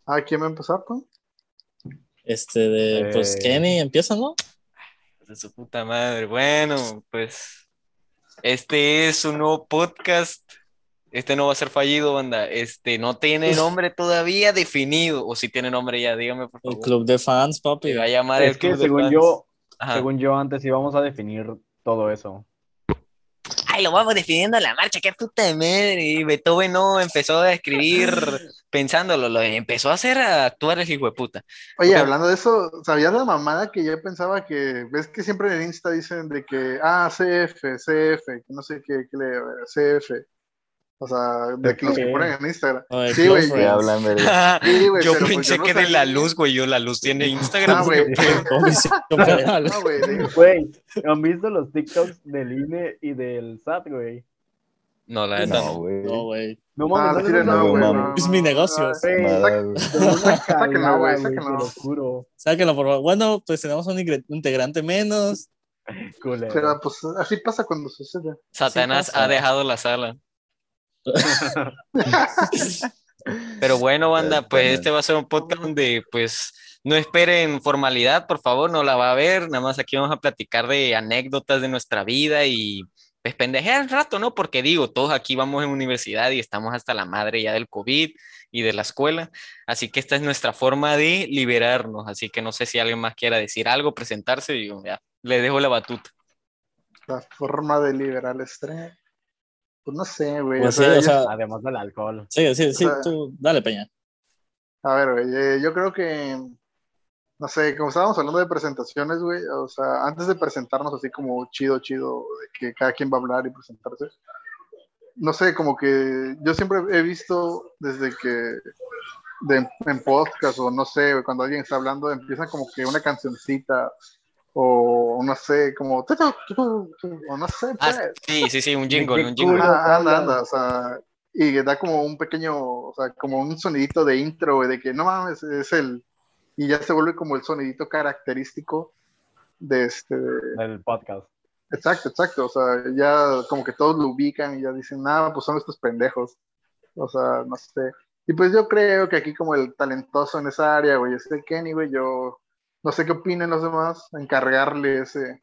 ¿Quién va a empezar, pues? Pues Eh, Kenny, empieza, ¿no? De su puta madre. Bueno, pues este es un nuevo podcast. Este no va a ser fallido, banda. No tiene nombre todavía definido. O si tiene nombre ya, dígame por El favor. club de fans, Se va a papi. llamar es el que Club de Fans. Ajá. según yo antes íbamos a definir todo eso. Ay, lo vamos definiendo a la marcha, qué puta de madre. Y Beethoven no empezó a escribir pensándolo, lo empezó a hacer a actuar el hijo de puta. Oye, Bueno, hablando de eso, ¿sabías la mamada que yo pensaba que, ves que siempre en el Insta dicen de que, CF, que no sé CF, o sea, de que los que ponen ¿Qué? en Instagram. O el Sí, Close güey, ¿Qué hablan, Friends. verga? sí, güey, yo pero pues yo pensé no que de la sabía. luz, güey. La luz tiene Instagram, Güey, qué pedo. Comisión Federal. no, güey, Güey, ¿han visto los TikToks del INE y del SAT, güey? No, la neta No, no. No, güey. güey. No mames, al ¿sale chile nunca, no, güey? No güey, mames, no, Es mi no, negocios. Güey, nada, güey. son una sáquenlo, güey, jalada, güey, te sáquenlo. lo juro. Sáquenlo, por favor. Bueno, pues tenemos un integrante menos. Culero. Pero pues así pasa cuando sucede. Así Satanás ha pasa. dejado la sala. Pero bueno, banda, pues este va a ser un podcast donde pues no esperen formalidad, por favor, no la va a ver, nada más aquí vamos a platicar de anécdotas de nuestra vida y pues pendejear un rato, ¿no? Porque digo, todos aquí vamos en universidad y estamos hasta la madre ya del COVID y de la escuela, así que esta es nuestra forma de liberarnos, así que no sé si alguien más quiera decir algo, presentarse, y yo ya, le dejo la batuta. La forma de liberar el estrés. Pues no sé, güey. O Pues sí, sea, o sea, Además del alcohol. sí, sí, o sí, sea, tú, dale, Peña. a ver, güey, yo creo que, no sé, como estábamos hablando de presentaciones, güey, o sea, antes de presentarnos así como chido, chido, de que cada quien va a hablar y presentarse, no sé, como que yo siempre he visto desde que en podcast o no sé, güey, cuando alguien está hablando, empieza como que una cancioncita o no sé, como, o no sé, Ah, pues. sí, sí, sí, ¿De qué un jingle. culos Ajá, anda, hablas? anda, o sea, y da como un pequeño, o sea, como un sonidito de intro, güey, de que no mames, es el, y ya se vuelve como el sonidito característico de Del podcast. exacto, exacto, o sea, ya como que todos lo ubican y ya dicen, pues son estos pendejos, o sea, no sé. Y pues yo creo que aquí como el talentoso en esa área, güey, es el Kenny, güey, yo no sé qué opinen los demás, encargarle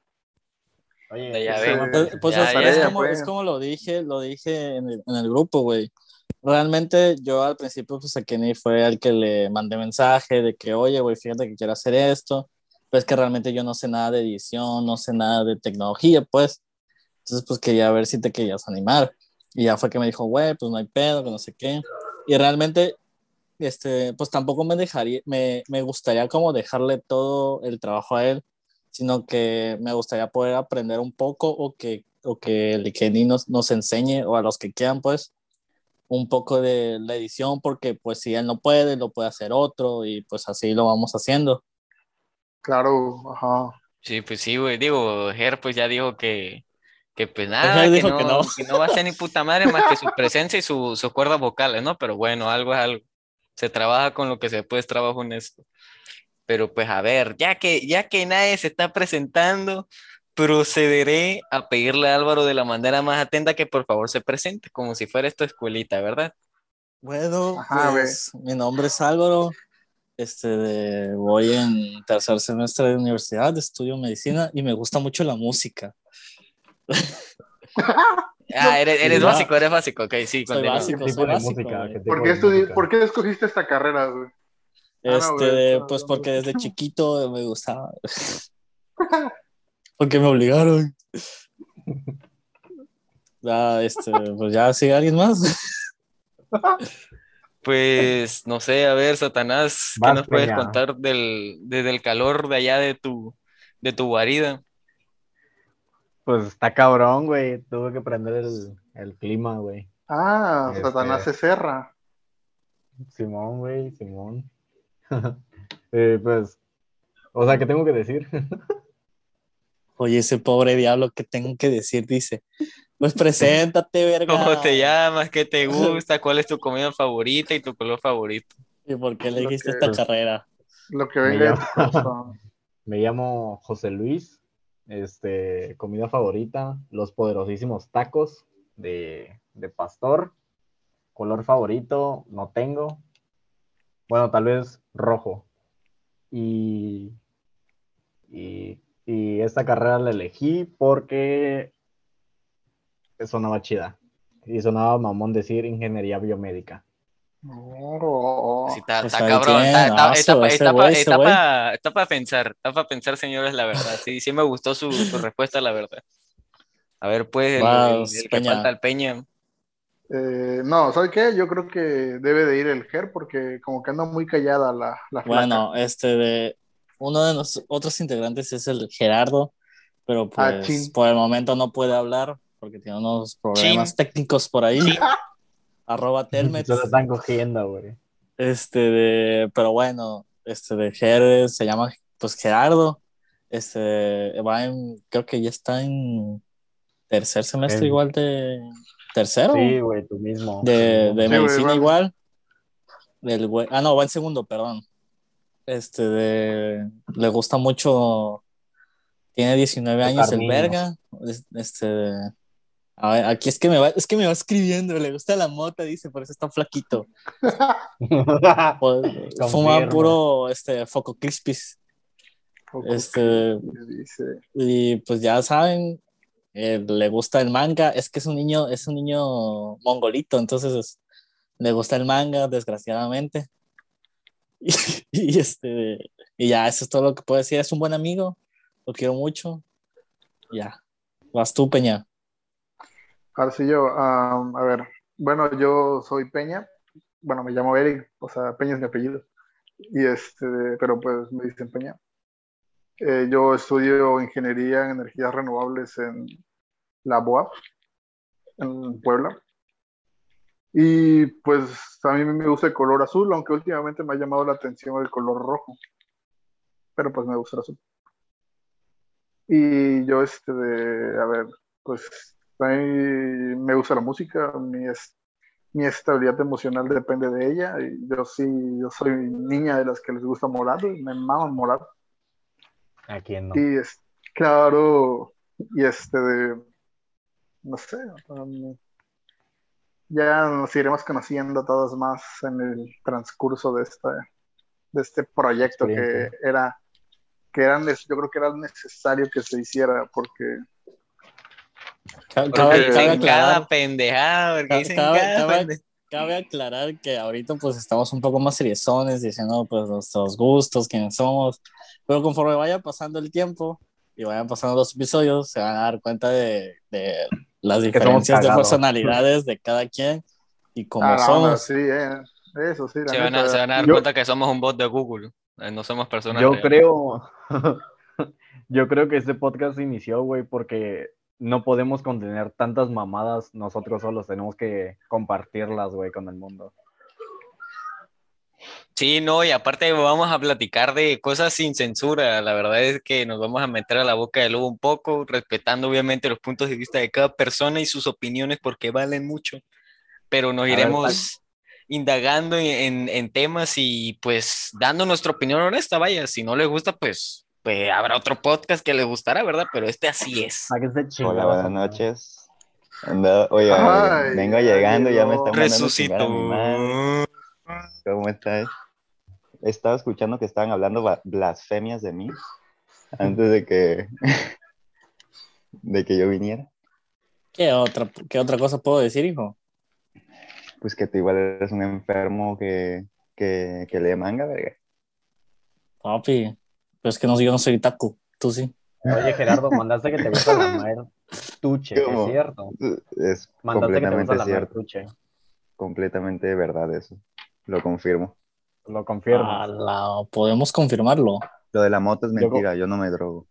Oye, Ya ese, ven, Pues esa ya, es tarea, ya. como, pues. es como lo dije en el grupo, güey. Realmente yo al principio, pues a Kenny fue al que le mandé mensaje de que, oye, güey, fíjate que quiero hacer esto. Pues que realmente yo no sé nada de edición, no sé nada de tecnología, pues. Entonces, pues quería ver si te querías animar. Y ya fue que me dijo, güey, pues no hay pedo, que no sé qué. Y realmente, pues tampoco me gustaría como dejarle todo el trabajo a él, sino que me gustaría poder aprender un poco o que el Kenny nos enseñe, o a los que quieran, pues, un poco de la edición, porque pues si él no puede, lo puede hacer otro y pues así lo vamos haciendo. Claro, ajá. Sí, pues sí, güey. Digo, Ger pues ya dijo que pues nada, Él dijo que no. que no va a ser ni puta madre más que su presencia y sus cuerdas vocales, ¿no? Pero bueno, algo es algo. Se trabaja con lo que se puede, es trabajo honesto. Pero pues a ver, ya que nadie se está presentando, procederé a pedirle a Álvaro de la manera más atenta que por favor se presente, como si fuera esta escuelita, ¿verdad? Bueno, Ajá, güey. pues mi nombre es Álvaro. Voy en tercer semestre de universidad, estudio medicina y me gusta mucho la música. Ah, No, Ya, eres básico, ok, sí, soy continúa. ¿Qué básico, soy tipo de básico, música? güey. ¿Qué tipo de música? ¿por qué escogiste esta carrera, güey? No, güey, Pues porque desde chiquito me gustaba, porque me obligaron. Ya, pues ya sigue alguien más. Pues no sé, a ver, Satanás, ¿qué Vas, nos puedes Peña. contar desde el calor de allá de tu guarida? Pues está cabrón, güey. Tuve que prender el clima, güey. Satanás Este, se cerra. Simón, güey, Simón. Pues, o sea, ¿qué tengo que decir? Oye, ese pobre diablo, ¿qué tengo que decir? Dice, pues preséntate, ¿Cómo verga. te llamas? ¿Qué te gusta? ¿Cuál es tu comida favorita y tu color favorito? ¿Y por qué Lo elegiste que, esta Pues carrera? lo que me venga de llamo, tu corazón. me llamo José Luis. Comida favorita, los poderosísimos tacos de pastor. Color favorito, no tengo. Bueno, tal vez rojo. Y, y esta carrera la elegí porque sonaba chida. Y sonaba mamón decir ingeniería biomédica. Sí, No, está Está cabrón, bien, está para pensar, señores, la verdad. Sí, sí me gustó su respuesta, la verdad. A ver, pues, vas, el que falta, Peña. el Peña. no, ¿sabes qué? Yo creo que debe de ir el Ger porque como que anda muy callada la flaca. Bueno, de uno de los otros integrantes es el Gerardo, pero Ah, pues chin. por el momento no puede hablar porque tiene unos problemas Chin, técnicos por ahí. chin. Se lo @telmets. están cogiendo, güey. Pero bueno, de Ger se llama pues Gerardo. Creo que ya está en tercer semestre El- igual de tercero Sí, güey, tú mismo, tu mismo de Sí, güey, medicina igual. igual. No, va en segundo, perdón. Le gusta mucho, tiene 19 años tocar el niños. verga. A ver, aquí es que me va escribiendo, le gusta la mota, dice, por eso está flaquito. Pues, fuma Confirmo. puro Foco Crispis. Poco Este, que dice. y pues ya saben, le gusta el manga, es un niño mongolito, entonces le gusta el manga, desgraciadamente. Y, y ya, eso es todo lo que puedo decir. Es un buen amigo, lo quiero mucho. Ya, vas tú, Peña. Ahora sí yo, a ver, bueno, yo soy Peña, bueno, me llamo Eric, o sea, Peña es mi apellido, y pero pues me dicen Peña. Yo estudio ingeniería en energías renovables en la BOAP, en Puebla, y pues a mí me gusta el color azul, aunque últimamente me ha llamado la atención el color rojo, pero pues me gusta el azul. Y yo, a ver, pues a mí me gusta la música, mi estabilidad emocional depende de ella. Y yo sí, yo soy niña de las que les gusta Morat, y me maman Morat. ¿A quién no? Y claro, y no sé, ya nos iremos conociendo todos más en el transcurso de este proyecto Experiencia. yo creo que era necesario que se hiciera, Porque Cabe, porque cabe dicen cada aclarar, pendejada, porque ca- dicen cabe, cada cabe, pendejada. cabe aclarar que ahorita pues estamos un poco más seriozones, diciendo pues nuestros gustos, quiénes somos, pero conforme vaya pasando el tiempo y vayan pasando los episodios, se van a dar cuenta de las Que somos diferencias de cagados. personalidades de cada quien y cómo la onda, sí, somos. eso sí, la Se neta. van a dar Yo, cuenta que somos un bot de Google, no somos personas yo reales. creo, yo creo que este podcast inició, güey, porque no podemos contener tantas mamadas nosotros solos, tenemos que compartirlas, güey, con el mundo. Sí, no, y aparte vamos a platicar de cosas sin censura. La verdad es que nos vamos a meter a la boca del lobo un poco, respetando obviamente los puntos de vista de cada persona y sus opiniones porque valen mucho, pero nos A ver, iremos indagando en temas y pues dando nuestra opinión honesta, vaya, si no les gusta, pues habrá otro podcast que les gustará, ¿verdad? Pero este así es. sáquense Hola, chingar a su buenas madre. noches. Oiga, Ay, vengo ya llegando, ya me llegó. están mandando a chingar a mi madre. Resucitó. ¿Cómo estás? Estaba escuchando que estaban hablando blasfemias de mí antes de que yo viniera. ¿Qué otra cosa puedo decir, hijo? Pues que tú igual eres un enfermo que lee manga, verga. Papi, pero es que no, yo no soy taku, tú sí. Oye, Gerardo, mandaste que te gusta la Maer Tuche, es ¿Cómo? cierto. Es Mandaste que te gusta completamente la Maer cierto, Tuche. completamente verdad eso. Lo confirmo. Lo confirmas. Podemos confirmarlo. Lo de la moto es Yo, mentira, yo no me drogo.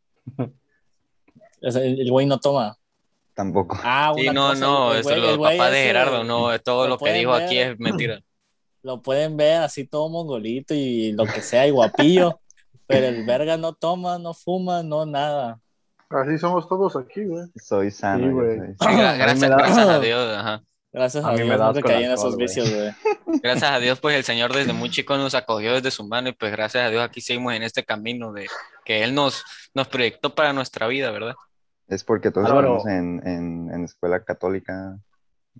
El güey no toma. Tampoco. Ah, Sí, una no, cosa, no, el eso es güey, el los güey papás de ese Gerardo, no, todo lo lo que pueden dijo aquí ver, es mentira. lo pueden ver así todo mongolito y lo que sea y guapillo, pero el verga no toma, no fuma, no nada. Así somos todos aquí, güey. Soy sí, sano, yo güey. soy Sí, sano. A mí me da, gracias a Dios, ajá. Gracias a a mí me Dios da nunca asco el caí en alcohol, esos güey. vicios, güey. Gracias a Dios, pues el Señor desde muy chico nos acogió desde su mano y pues gracias a Dios aquí seguimos en este camino de que Él nos proyectó para nuestra vida, ¿verdad? Es porque todos estamos Álvaro, en escuela católica.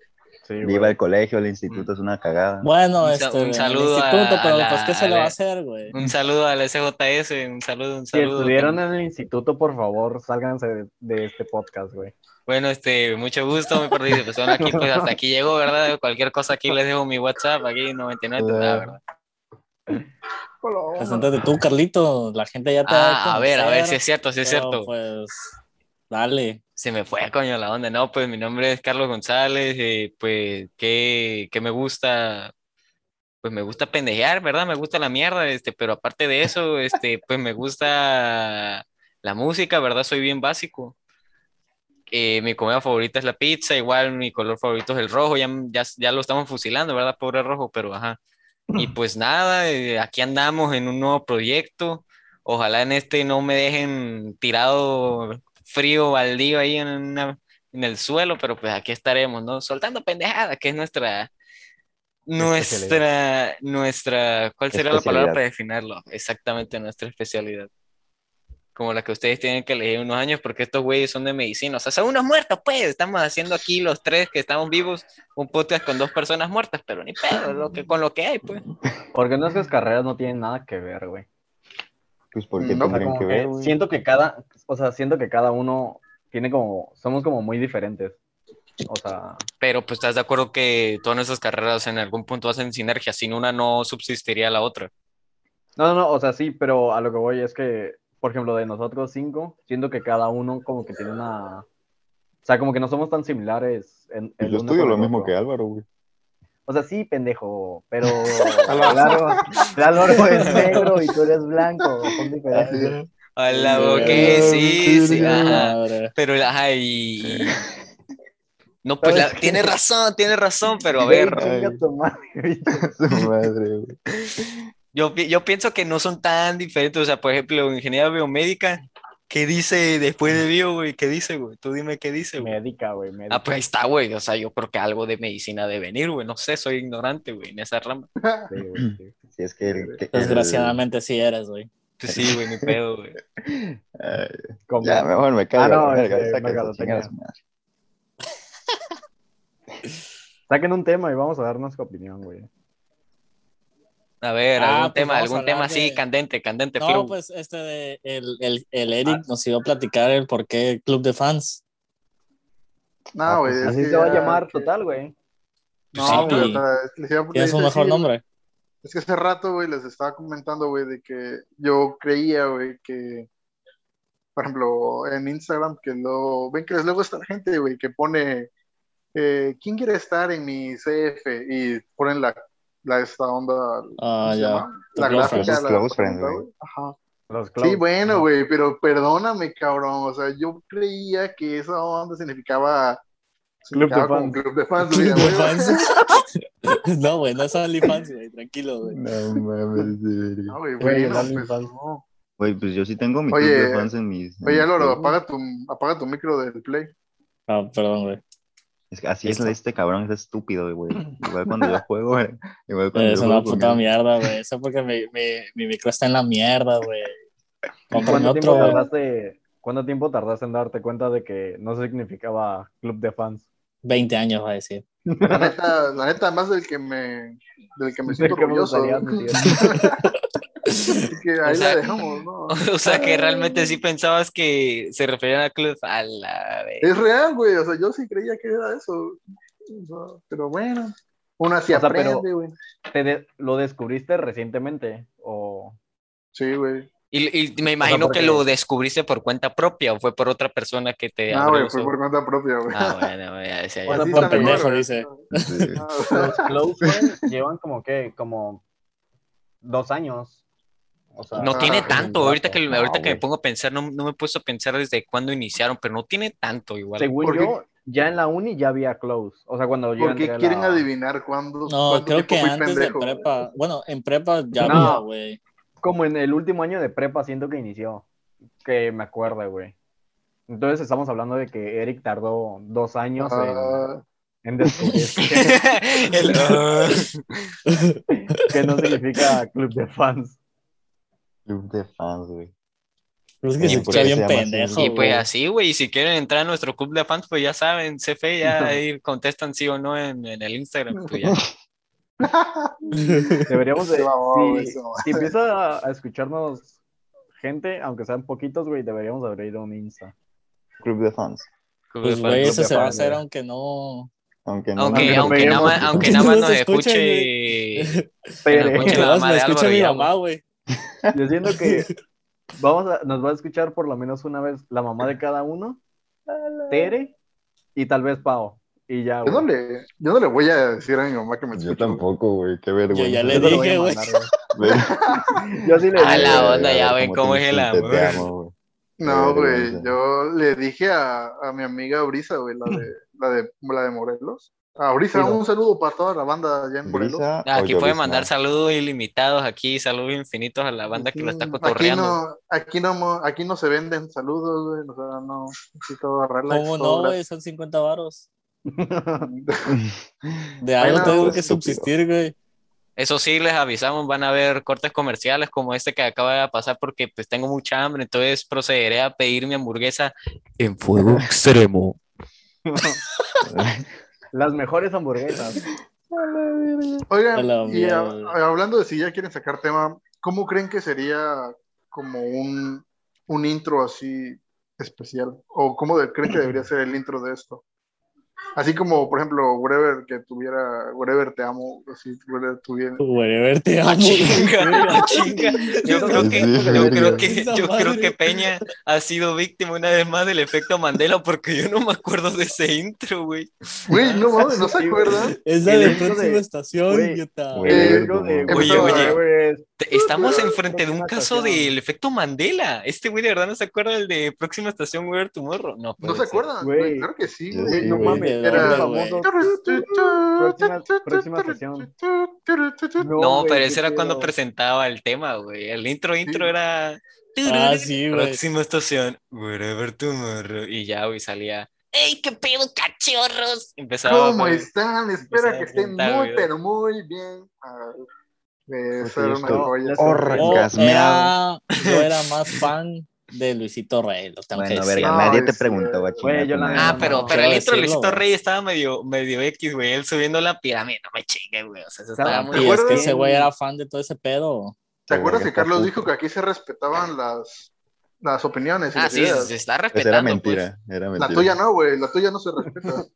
Sí, Viva güey. el colegio, el instituto es una cagada. Bueno, Un en el saludo instituto, a pero la- pues ¿qué se a le va a la- hacer, güey? Un saludo al SJS, un Si saludo. estuvieron en el instituto, por favor, sálganse de este podcast, güey. Bueno, mucho gusto, mi participación aquí, pues hasta aquí llegó, ¿verdad? Cualquier cosa aquí les dejo mi WhatsApp, aquí 99, nada, ¿verdad? Preséntate tú, Carlito, la gente ya te va a A ver, conocer, si es cierto, si es pero cierto. pues, dale. Se me fue, coño, la onda. No, pues mi nombre es Carlos González, pues, ¿qué me gusta? Pues me gusta pendejear, ¿verdad? Me gusta la mierda, pero aparte de eso, pues me gusta la música, ¿verdad? Soy bien básico. Mi comida favorita es la pizza, igual mi color favorito es el rojo, ya lo estamos fusilando, ¿verdad? Pobre rojo, pero ajá. Y pues nada, aquí andamos en un nuevo proyecto. Ojalá en no me dejen tirado frío, baldío ahí en el suelo, pero pues aquí estaremos, ¿no? Soltando pendejada, que es Especialidad. ¿cuál sería la palabra Especialidad. para definirlo? Exactamente nuestra especialidad. Como la que ustedes tienen que elegir unos años, porque estos güeyes son de medicina. O sea, son unos muertos, pues. Estamos haciendo aquí los tres que estamos vivos un podcast con 2 personas muertas, pero ni pedo, con lo que hay, pues. Porque nuestras carreras no tienen nada que ver, güey. Pues porque No. O sea, tendrían como que que ver, güey. siento que cada uno somos como muy diferentes. O sea, Pero pues estás de acuerdo que todas nuestras carreras en algún punto hacen sinergia, sin una no subsistiría la otra. no, o sea, sí, pero a lo que voy es que, por ejemplo, de nosotros 5, siento que cada uno como que tiene una... O sea, como que no somos tan similares Pues el yo uno estudio con lo el mismo otro. que Álvaro, güey. O sea, sí, pendejo, pero Álvaro es negro y tú eres blanco, son diferentes. Hola, ok, sí, ajá. Madre. Pero, ajá, no, pues ¿Sabes tiene qué? razón, pero a Güey, ver, chinga tu madre, bicho. Su madre, güey. yo pienso que no son tan diferentes. O sea, por ejemplo, ingeniería biomédica, ¿qué dice después de bio, güey? ¿Qué dice, güey? Tú dime qué dice, güey. Médica, güey, Ah, médica. pues ahí está, güey. O sea, yo creo que algo de medicina debe venir, güey. No sé, soy ignorante, güey, en esa rama. Sí, güey, sí. Si es que Desgraciadamente sí eres, güey. Pues sí, güey, ni pedo, güey. Ay, Como- ya, mejor me caigo a la no, verga. Sáquense, mercadotecnia. chingar a su madre. Saquen un tema y vamos a dar nuestra opinión, güey. A ver, Pues vamos a algún tema hablar así, de... candente, No, flow. pues el Eric nos iba a platicar el por qué Club de Fans. No, güey. Pues es así que se va a ya llamar, que- total, güey. Pues No, sí, güey, o y sea, tienes un mejor nombre. Es que hace rato, güey, les estaba comentando, güey, de que yo creía, güey, que, por ejemplo, en Instagram, ven que luego está la gente, güey, que pone, ¿quién quiere estar en mi CF? Y ponen esta onda, ¿cómo se Ya. llama? Tu La close gráfica, friends. la Close friends, pregunta, güey. güey. Ajá. Los Sí, clowns. bueno, güey, pero perdóname, cabrón, o sea, yo creía que esa onda significaba como fans. club de fans, güey, Club a de huevo. fans. No, güey, no es OnlyFans, güey. Tranquilo, güey. No mames, de verga. No, güey, Güey, el bueno, OnlyFans. pues no. Güey, pues yo sí tengo mi club de fans en mis. Oye, Loro, Facebook. apaga tu micro del play. Ah, perdón, güey. Es que así Listo. es este cabrón, es estúpido, güey. Igual cuando yo juego, güey. Igual cuando Es yo una juego puta con él. mierda, güey. Eso porque mi micro está en la mierda, güey. Cómprame ¿Cuánto otro, tiempo güey. ¿Cuánto tiempo tardaste en darte cuenta de que no significaba club de fans? 20 años, va a decir. La neta, más del que me De siento que me orgulloso. gustaría admitir. Así que ahí O sea, la dejamos, ¿no? O sea, que realmente sí pensabas que se referían a club a la vez. Es real, güey. O sea, yo sí creía que era eso. O sea, pero bueno, uno así O sea, aprende, güey. ¿Lo descubriste recientemente? O... Y Sí, güey. me imagino porque- que lo descubriste por cuenta propia o fue por otra persona que te No, abrió güey, los fue ojos. por cuenta propia, güey. Ah, bueno, ya decía O yo. sea, Así buen está mejor, pendejo, güey. dice. Sí. Los close friends llevan como 2 años. O sea, No tiene Ah, tanto, un ahorita rato. que, No, ahorita que me güey. pongo a pensar, no me he puesto a pensar desde cuándo iniciaron, pero no tiene tanto igual. Según ¿Por qué? yo, ya en la uni ya había close. O sea, cuando yo ¿Por entré qué a quieren la... adivinar No, cuánto creo tiempo que fui antes de pendejo? prepa. Bueno, en prepa ya No. había, güey. Como en el último año de prepa siento que inició. Que me acuerdo, güey. Entonces estamos hablando de que Eric tardó 2 años Ah, en descubrir El, ah. que no significa club de fans. Club de fans, güey. Es que Sí, se por escucha eso bien se llama así. pendejo. Y pues güey. así, güey, y si quieren entrar a nuestro club de fans, pues ya saben, CF ya ahí contestan sí o no en el Instagram, pues ya. Deberíamos Se de, mamó, güey, se mamó. si empieza a escucharnos gente, aunque sean poquitos, güey, deberíamos abrir un Insta. Club de fans. Club de Pues, güey, fans. eso de se va a fans, hacer güey. aunque no. Aunque no Aunque, Aunque nos aunque nada peguemos. más, aunque Aunque nada no más nos nos escuchen, escuche, que nos Tere. escuche Aunque la nada más mamá me de escucha Álvaro mi ya, mamá, güey. güey. Yo siento que nos va a escuchar por lo menos una vez la mamá de cada uno, Tere y tal vez Pau. Y ya, Yo no güey. le voy a decir a mi mamá que me Yo escucho. tampoco, güey, qué Yo vergüenza. ya le Yo te lo voy a dije, güey. mandar, güey. Ve- Yo sí le A digo. la güey. onda, ya ven cómo te cómo es el insulté, te amor. amo, güey. No, Qué güey, vergüenza. yo le dije a mi amiga Brisa, güey, la de Morelos. A Brisa, Pido. un saludo para toda la banda allá en Morelos. ¿Brisa o Aquí pueden llovizna? mandar saludos ilimitados aquí, saludos infinitos a la banda que lo está Aquí cotorreando. aquí no se venden saludos, güey, o sea, no, aquí todo relax, ¿Cómo todo no, güey? gratis. Son 50 varos. De Bueno, algo tengo que estúpido. subsistir, güey. Eso sí, les avisamos, van a haber cortes comerciales como este que acaba de pasar porque pues tengo mucha hambre, entonces procederé a pedir mi hamburguesa en fuego extremo. Las mejores hamburguesas. A Oigan, la y mierda. hablando de si ya quieren sacar tema, ¿cómo creen que sería como un intro así especial? ¿O creen que debería ser el intro de esto? Así como, por ejemplo, Wherever que tuviera, Wherever te amo, así, Wherever tuviera. Wherever te amo. A chinga, a chinga. Yo Eso creo sí, que, sí, eso yo verga. creo que, Esa yo creo que madre. Peña ha sido víctima una vez más del efecto Mandela porque yo no me acuerdo de ese intro, güey. Güey, no mames, ¿no se Sí, acuerdan? Esa El de intro próxima de- estación, güey, idiota. Güey, El Eh, intro de empezaba- Wherever es Estamos enfrente de un próxima caso estación. del efecto Mandela. Este güey de verdad no se acuerda del de próxima estación Where Tomorrow. No ¿No puede se ser. acuerdan? Güey, Güey, claro que sí, Yo güey. sí, no güey. mames, ¿De era dónde, famoso. Próxima estación. No, No, güey, pero qué ese era cuando pedo. presentaba el tema, güey. El intro Sí. era. Ah, sí, güey. Próxima estación, Wherever Tomorrow. Y ya, güey, salía. ¡Ey, qué pedo, cachorros! Empezaba ¿Cómo pues, están? empezaba Espero que a estén presentar, muy, güey. pero muy bien. Porque Esa yo era una estoy joya. les- orgasmeado. Yo era más fan de Luisito Rey, lo tengo que Bueno, decir. verga, No, nadie te es, preguntó, va a Güey, chingar yo tu la madre. neta Ah, pero quiero el intro de decirlo, Luisito güey. Rey estaba medio X, güey. Él subiendo la pirámide, no me chingues, güey. O sea, eso estaba ¿Sabes muy. Y ¿Te es que acuerdas? ese güey era fan de todo ese pedo. ¿Te Esa acuerdas verga que está Carlos puto. dijo que aquí se respetaban las opiniones y Ah, las sí, ideas? se está Esa era respetando, pues. mentira, era La mentira. tuya no, güey, la tuya no se respeta.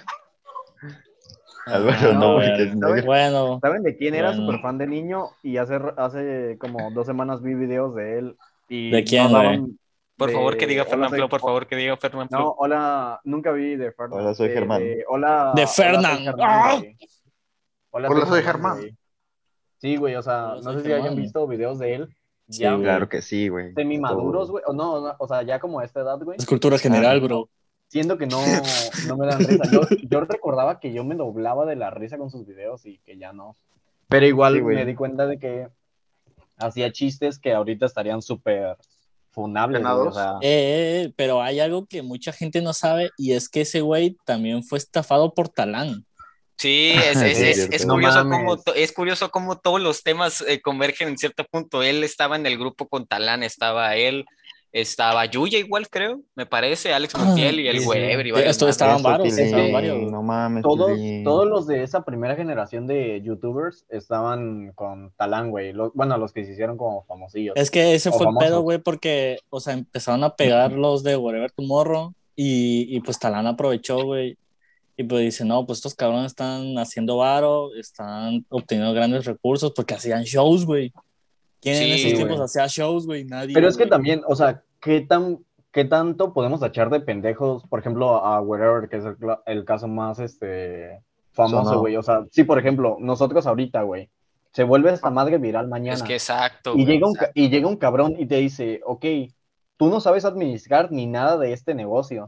Álvaro, Ah, no, güey. porque es negro. Bueno, ¿Saben de quién era Bueno. súper fan de niño? Y hace como 2 semanas vi videos de él y ¿De quién, no güey? daban. Por favor, que diga Hola, Fernán soy- Flo, por favor, que diga Fernán No, Flo. hola, nunca vi de Fernán. Hola, soy Germán. Hola, De hola, soy Fernán. Germán, ¡Ah! güey. Hola, Hola, soy Germán, Germán. güey. Sí, güey, o sea, Hola, no soy sé si hayan Germán. visto videos de él Sí, ya güey. Claro que sí, güey. semi-maduros, Todo. güey. O no, o sea, ya como a esta edad, güey. Es cultura general, bro. Siento que no me dan risa. Yo recordaba que yo me doblaba de la risa con sus videos y que ya no. Pero igual Sí, güey. me di cuenta de que hacía chistes que ahorita estarían súper funables, güey. O Penados. sea, Pero hay algo que mucha gente no sabe y es que ese güey también fue estafado por Talán. Sí, Sí, es cierto. no curioso mames. es curioso cómo todos los temas convergen en cierto punto. Él estaba en el grupo con Talán, estaba él, estaba Yuya igual, creo, me parece, Alex Montiel y el Sí. Wherever y varios Esto más. estaban Eso, varios, estaban Tilín, varios. no mames, todos Tilín. los de esa primera generación de YouTubers estaban con Talán, güey. Bueno, los que se hicieron como famosillos. Es que ese O fue el pedo, famosos. güey, porque, o sea, empezaron a pegar los de Wherever Tomorrow y pues Talán aprovechó, güey. Y pues dice, no, pues estos cabrones están haciendo varo, están obteniendo grandes recursos porque hacían shows, güey. ¿Quién en Sí, esos tiempos güey. hacía shows, güey? Nadie, Pero es que güey. también, o sea, ¿qué tanto podemos tachar de pendejos, por ejemplo, a Wherever, que es el caso más famoso, Sonado. güey? O sea, sí, por ejemplo, nosotros ahorita, güey, se vuelve esta madre viral mañana. es que exacto, Y güey. llega un cabrón y te dice, ok, tú no sabes administrar ni nada de este negocio.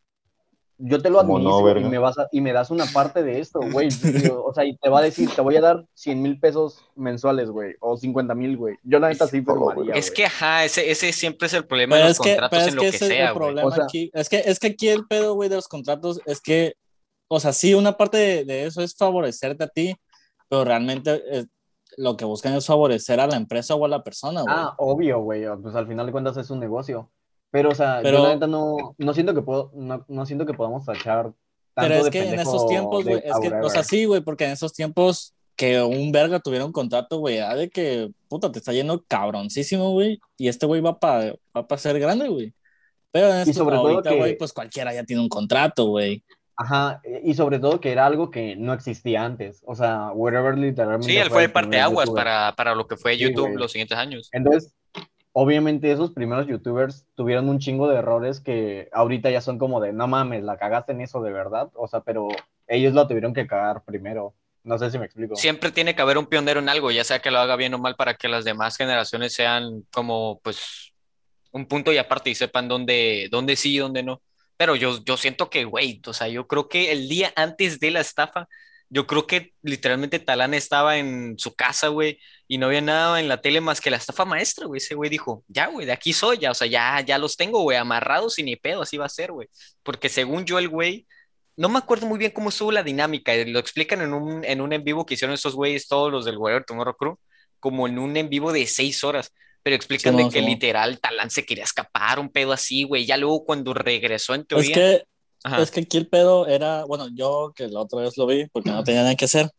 Yo te lo ¿Cómo no, administro verga? y me das una parte de esto, güey. O sea, y te va a decir, te voy a dar 100,000 pesos mensuales, güey, o 50,000, güey. Yo la neta sí firmaría, Es güey. que, ajá, ese siempre es el problema Pero de los es que, contratos en lo que ese es sea, el güey. problema O sea- aquí. Es que aquí el pedo, güey, de los contratos es que, o sea, sí, una parte de eso es favorecerte a ti, pero realmente lo que buscan es favorecer a la empresa o a la persona, güey. Ah, obvio, güey, pues al final de cuentas es un negocio. Pero, o sea, yo Pero- la neta no siento que no siento que podamos tachar Pero tanto es de que en esos pendejo tiempos, güey, a o sea, whatever. sí, güey, porque en esos tiempos que un verga tuviera un contrato, güey, de que, puta, te está yendo cabroncísimo, güey, y este güey va para ser grande, güey. Pero en Y esto, sobre todo ahorita, güey, que, pues cualquiera ya tiene un contrato, güey. ajá, y sobre todo que era algo que no existía antes. O sea, whatever Sí, literalmente él fue fue el el primer parteaguas youtuber. para lo que fue Sí, YouTube güey. los siguientes años. Entonces, obviamente esos primeros youtubers tuvieron un chingo de errores que ahorita ya son como de, no mames, la cagaste en eso de verdad. O sea, pero ellos lo tuvieron que cagar primero. No sé si me explico. Siempre tiene que haber un pionero en algo, ya sea que lo haga bien o mal, para que las demás generaciones sean como, pues, un punto y aparte y sepan dónde sí y dónde no. Pero yo siento que, güey, o sea, yo creo que el día antes de la estafa, yo creo que literalmente Talán estaba en su casa, güey, y no había nada en la tele más que la estafa maestra, güey. Ese güey dijo, ya, güey, de aquí soy, ya, o sea, ya los tengo, güey, amarrados y ni pedo, así va a ser, güey. Porque según yo, el güey, no me acuerdo muy bien cómo estuvo la dinámica, lo explican en un en vivo que hicieron esos güeyes, todos los del Whatever Tomorrow Crew, como en un en vivo de 6 horas, pero explican de Simón, que Simón. literal Talán se quería escapar, un pedo así, güey. Ya luego cuando regresó en Es teoría, que, es ajá, que aquí el pedo era, bueno, yo que la otra vez lo vi porque no tenía nada que hacer,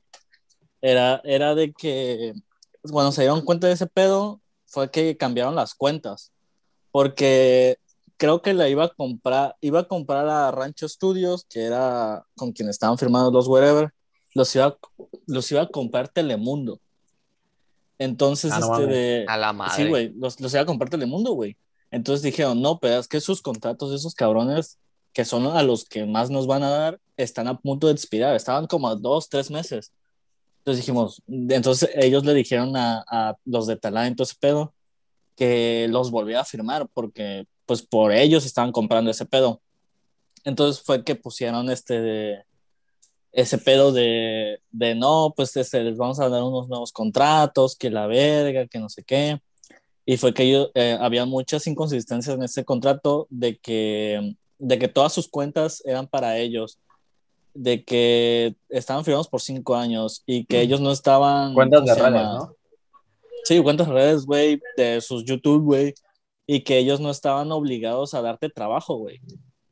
era de que, cuando se dieron cuenta de ese pedo, fue que cambiaron las cuentas, porque creo que iba a comprar a Rancho Studios, que era con quien estaban firmados los Wherever, los iba a comprar Telemundo. Entonces, Ah, no mames. a la sí, madre. güey, los iba a comprar Telemundo, güey. Entonces dijeron, no, pero es que sus contratos de esos cabrones, que son a los que más nos van a dar, están a punto de expirar. Estaban como a 2, 3 meses. Entonces dijimos, entonces ellos le dijeron a los de Talán, entonces pedo, que los volviera a firmar, porque pues por ellos estaban comprando ese pedo. Entonces fue que pusieron ese pedo de no, pues les vamos a dar unos nuevos contratos, que la verga, que no sé qué. Y fue que había muchas inconsistencias en ese contrato de que todas sus cuentas eran para ellos, de que estaban firmados por 5 años y que ellos no estaban, Cuentas ¿cómo de se redes, llama? ¿no? Sí, cuentas redes, güey, de sus YouTube, güey, y que ellos no estaban obligados a darte trabajo, güey.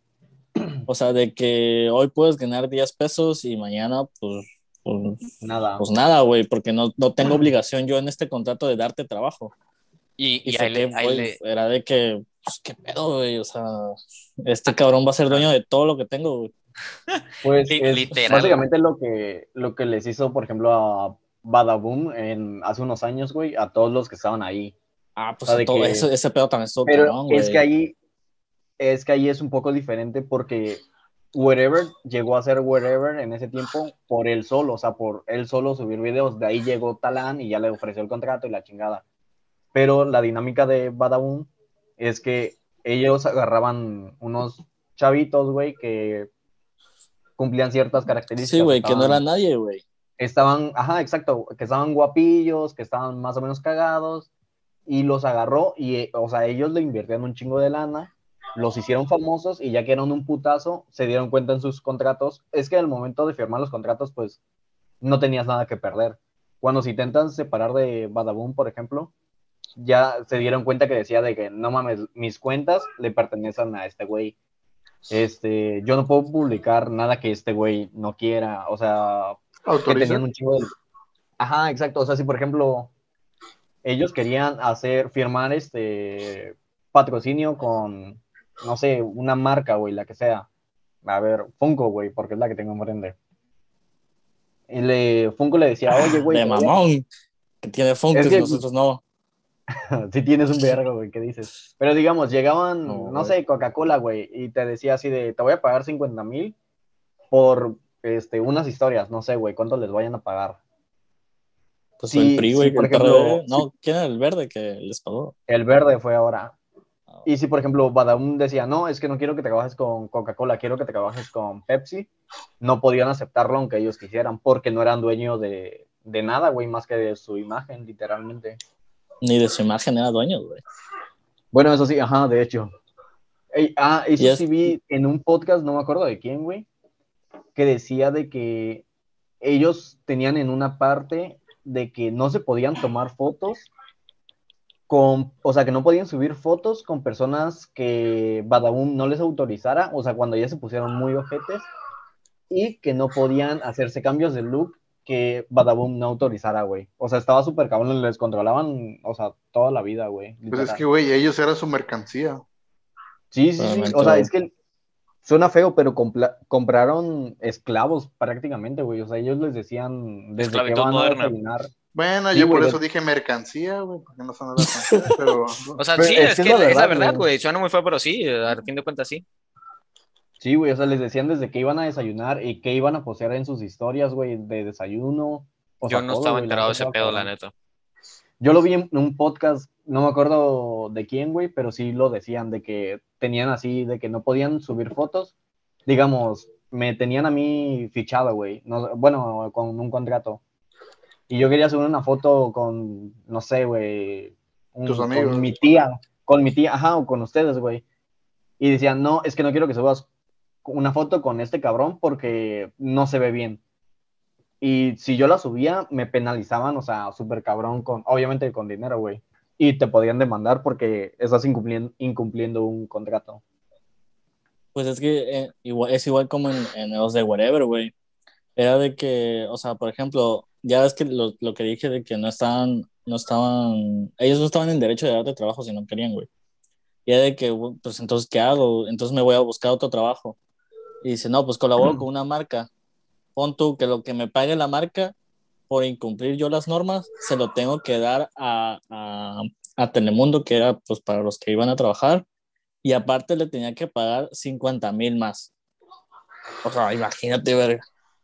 O sea, de que hoy puedes ganar 10 pesos y mañana, pues, Nada. pues nada, güey, porque no tengo obligación yo en este contrato de darte trabajo. Y Y fue que, ahí güey, le, era de que, pues, qué pedo, güey, o sea, este cabrón va a ser dueño ajá, de todo lo que tengo, güey. Pues es literal. básicamente lo que les hizo, por ejemplo, a Badaboom hace unos años, güey, a todos los que estaban ahí. Ah, O pues sea, a de todo, que, ese pedo también estuvo pero cabrón, güey. es que ahí es un poco diferente porque Wherever llegó a ser Wherever en ese tiempo por él solo, o sea, por él solo subir videos. De ahí llegó Talán y ya le ofreció el contrato y la chingada. Pero la dinámica de Badaboom es que ellos agarraban unos chavitos, güey, que cumplían ciertas Sí, características. güey, que no era nadie, güey. Ajá, exacto, que estaban guapillos, que estaban más o menos cagados, y los agarró y, o sea, ellos le invirtieron un chingo de lana, los hicieron famosos y ya que eran un putazo, se dieron cuenta en sus contratos. Es que al momento de firmar los contratos, pues no tenías nada que perder. Cuando se intentan separar de Badaboom, por ejemplo, ya se dieron cuenta que decía de que no mames, mis cuentas le pertenecen a este güey. Yo no puedo publicar nada que este güey no quiera, o sea, que ¿Autoriza? tenían un chingo de... Ajá, exacto, o sea, si por ejemplo ellos querían firmar patrocinio con, no sé, una marca, güey, la que sea. A ver, Funko, güey, porque es la que tengo enfrente. Funko le decía, oye, güey, De te voy a... mamón, que tiene Es Funkos y que nosotros no. si tienes un vergo, güey, ¿qué dices? Pero digamos, No, llegaban, no güey. sé, Coca-Cola, güey, y te decía así de, te voy a pagar 50,000 por unas historias, no sé, güey, cuánto les vayan a pagar. Pues fue el Sí, PRI, sí, güey, por el ejemplo, PRD. No, ¿quién era el verde que les pagó? el verde fue ahora. Ah, Y si, por ejemplo, Badaum decía, no, es que no quiero que trabajes con Coca-Cola, quiero que trabajes con Pepsi, no podían aceptarlo aunque ellos quisieran, porque no eran dueños de nada, güey, más que de su imagen, literalmente. ni de su imagen era dueño, güey. Bueno, eso sí, ajá, de hecho. Y Eso sí es, vi en un podcast, no me acuerdo de quién, güey, que decía de que ellos tenían en una parte de que no se podían tomar fotos o sea, que no podían subir fotos con personas que Badaboom no les autorizara, o sea, cuando ya se pusieron muy ojetes, y que no podían hacerse cambios de look que Badaboom no autorizara, güey. O sea, estaba súper cabrón, les controlaban, o sea, toda la vida, güey. Pues es literal. que, güey, ellos eran su mercancía. Sí, sí, sí. Realmente, O sea, güey. es que suena feo, pero compraron esclavos prácticamente, güey. O sea, ellos les decían desde que Esclavitud van a moderna. desayunar. Bueno, Sí, yo por güey, eso dije mercancía, güey, porque no sonaba tan feo, pero... O sea, Pero sí, es es que que es la es la verdad, verdad, güey. güey. Suena muy feo, pero sí, a fin de cuentas sí. Sí, güey, o sea, les decían desde que iban a desayunar y que iban a postear en sus historias, güey, de desayuno. O Yo sea, no todo, estaba güey, la enterado neta de ese estaba pedo, la cabrón. neta. Yo lo vi en un podcast, no me acuerdo de quién, güey, pero sí lo decían, de que tenían así, de que no podían subir fotos. Digamos, me tenían a mí fichado, güey, no, bueno, con un contrato. Y yo quería subir una foto con, no sé, güey, Tus con amigos. mi tía, ajá, o con ustedes, güey. Y decían, no, es que no quiero que subas una foto con este cabrón porque no se ve bien. Y si yo la subía, me penalizaban, o sea, súper cabrón, obviamente con dinero, güey. Y te podían demandar porque estás incumpliendo un contrato. Pues es que es igual como en los de Wherever, güey. Era de que, o sea, por ejemplo, ya es que lo que dije de que ellos no estaban en derecho de darte trabajo si no querían, güey. Y era de que, pues entonces, ¿qué hago? Entonces me voy a buscar otro trabajo. Y dice, no, pues colaboro con una marca. Pon tú que lo que me pague la marca por incumplir yo las normas, se lo tengo que dar a Telemundo, que era pues para los que iban a trabajar, y aparte le tenía que pagar 50,000 más. O sea, imagínate, verga.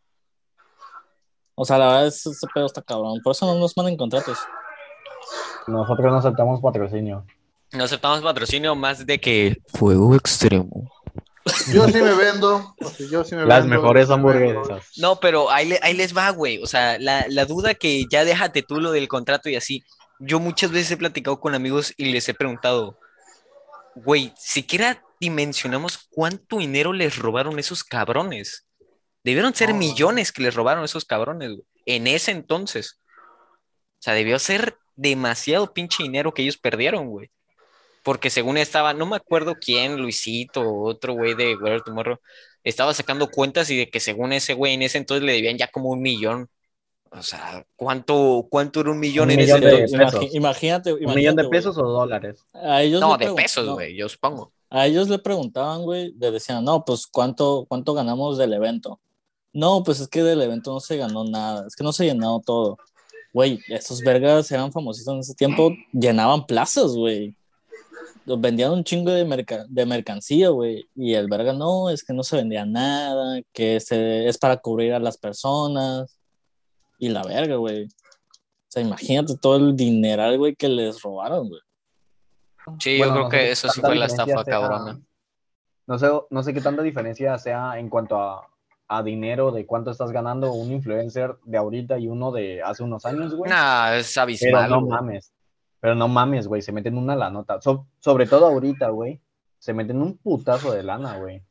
O sea, la verdad, ese pedo está cabrón. Por eso no nos mandan contratos. Nosotros no aceptamos patrocinio. No aceptamos patrocinio más de que fuego extremo. Yo sí me vendo, o sea, yo sí me Las vendo, yo mejores sí me vendo. hamburguesas. No, pero ahí les va, güey. O sea, la duda que ya déjate tú lo del contrato y así. Yo muchas veces he platicado con amigos y les he preguntado, güey, siquiera dimensionamos cuánto dinero les robaron esos cabrones. Debieron ser millones que les robaron esos cabrones, güey, en ese entonces. O sea, debió ser demasiado pinche dinero que ellos perdieron, güey. Porque según estaba, no me acuerdo quién, Luisito o otro güey de Where Tomorrow, estaba sacando cuentas y de que según ese güey en ese entonces le debían ya como 1 millón. O sea, ¿cuánto era 1 millón Un en Es ese millón que de entonces? pesos. imagínate, ¿Un millón de güey. pesos o dólares? A ellos No, le de pesos, no, güey, yo supongo. a ellos le preguntaban, güey, le decían, no, pues cuánto ganamos del evento. No, pues es que del evento no se ganó nada, es que no se llenó todo. Güey, estos vergas eran famosísimos en ese tiempo, llenaban plazas, güey. Los vendían un chingo de mercancía, güey. Y el verga, no, es que no se vendía nada, que es para cubrir a las personas. Y la verga, güey. O sea, imagínate todo el dineral, güey, que les robaron, güey. Sí, yo Bueno, creo no sé que qué eso sí tanta fue la diferencia estafa sea. cabrona. No sé qué tanta diferencia sea en cuanto a dinero de cuánto estás ganando un influencer de ahorita y uno de hace unos años, güey. Nah, es Pero abismal, no güey. mames. Pero no mames, güey. Se meten una la nota. Sobre todo ahorita, güey. Se meten un putazo de lana, güey.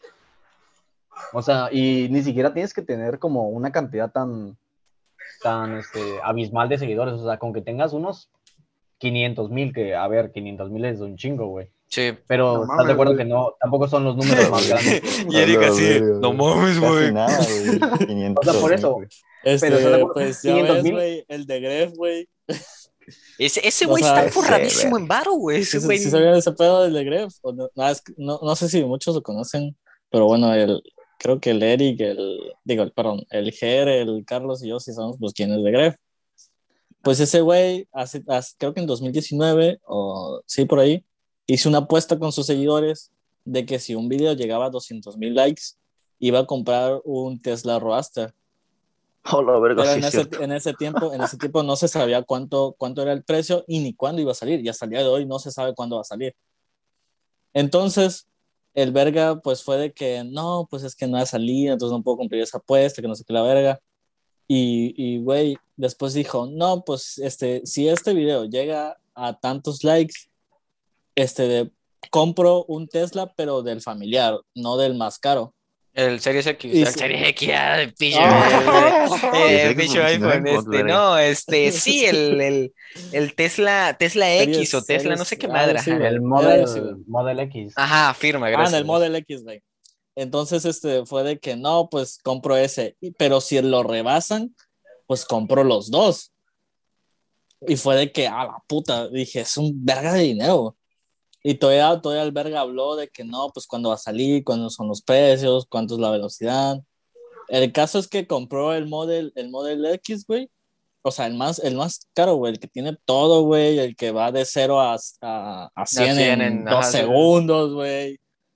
O sea, y ni siquiera tienes que tener como una cantidad tan abismal de seguidores. O sea, con que tengas unos 500,000, que a ver, 500,000 es un chingo, güey. Sí. Pero No estás de mames, acuerdo güey. que no, tampoco son los números más grandes que Y A Erika la así, verga, no güey. mames, Casi güey. nada, güey. O sea, por 500,000, eso. güey. Pero estás de acuerdo, Pues ya 500 ves, mil. güey, el de Gref, güey. Ese O güey está sea, Ese, forradísimo güey. en varo, güey. Ese sí güey. sabían ese pedo del de Gref. O no, no sé si muchos lo conocen, pero bueno, creo que el Eric, perdón, el Ger, el Carlos y yo sí sabemos pues quién es de Gref. Pues ese güey, creo que en 2019, o sí, por ahí, hizo una apuesta con sus seguidores de que si un video llegaba a 200,000 likes, iba a comprar un Tesla Roadster. Oh, la verga, Pero sí es cierto. en ese tiempo no se sabía cuánto era el precio y ni cuándo iba a salir. Y hasta el día de hoy no se sabe cuándo va a salir. Entonces, el verga, pues fue de que no, pues es que no ha salido, entonces no puedo cumplir esa apuesta, que no sé qué la verga. Güey, después dijo, no, pues si este video llega a tantos likes, compro un Tesla, pero del familiar, no del más caro. El Series X, Y el se- Series X, el picho, Ese picho 29 iPhone, Pro, verga. no, sí, el Tesla X o Tesla, no sé qué madre, algo así, ajá. güey. El Era algo así, güey. Model X. Ajá, firma, En el gracias. Model X, güey. Entonces, fue de que no, pues compro ese. Pero si lo rebasan, pues compro los dos. Y fue de que, a la puta, dije, es un verga de dinero. Y todavía el verga habló de que no, pues cuándo va a salir, cuándo son los precios, cuánto es la velocidad. El caso es que compró el Model X, güey. O sea, el más caro, güey, el que tiene todo, güey, el que va de 0 a 100 en dos Ajá, sí. segundos, güey.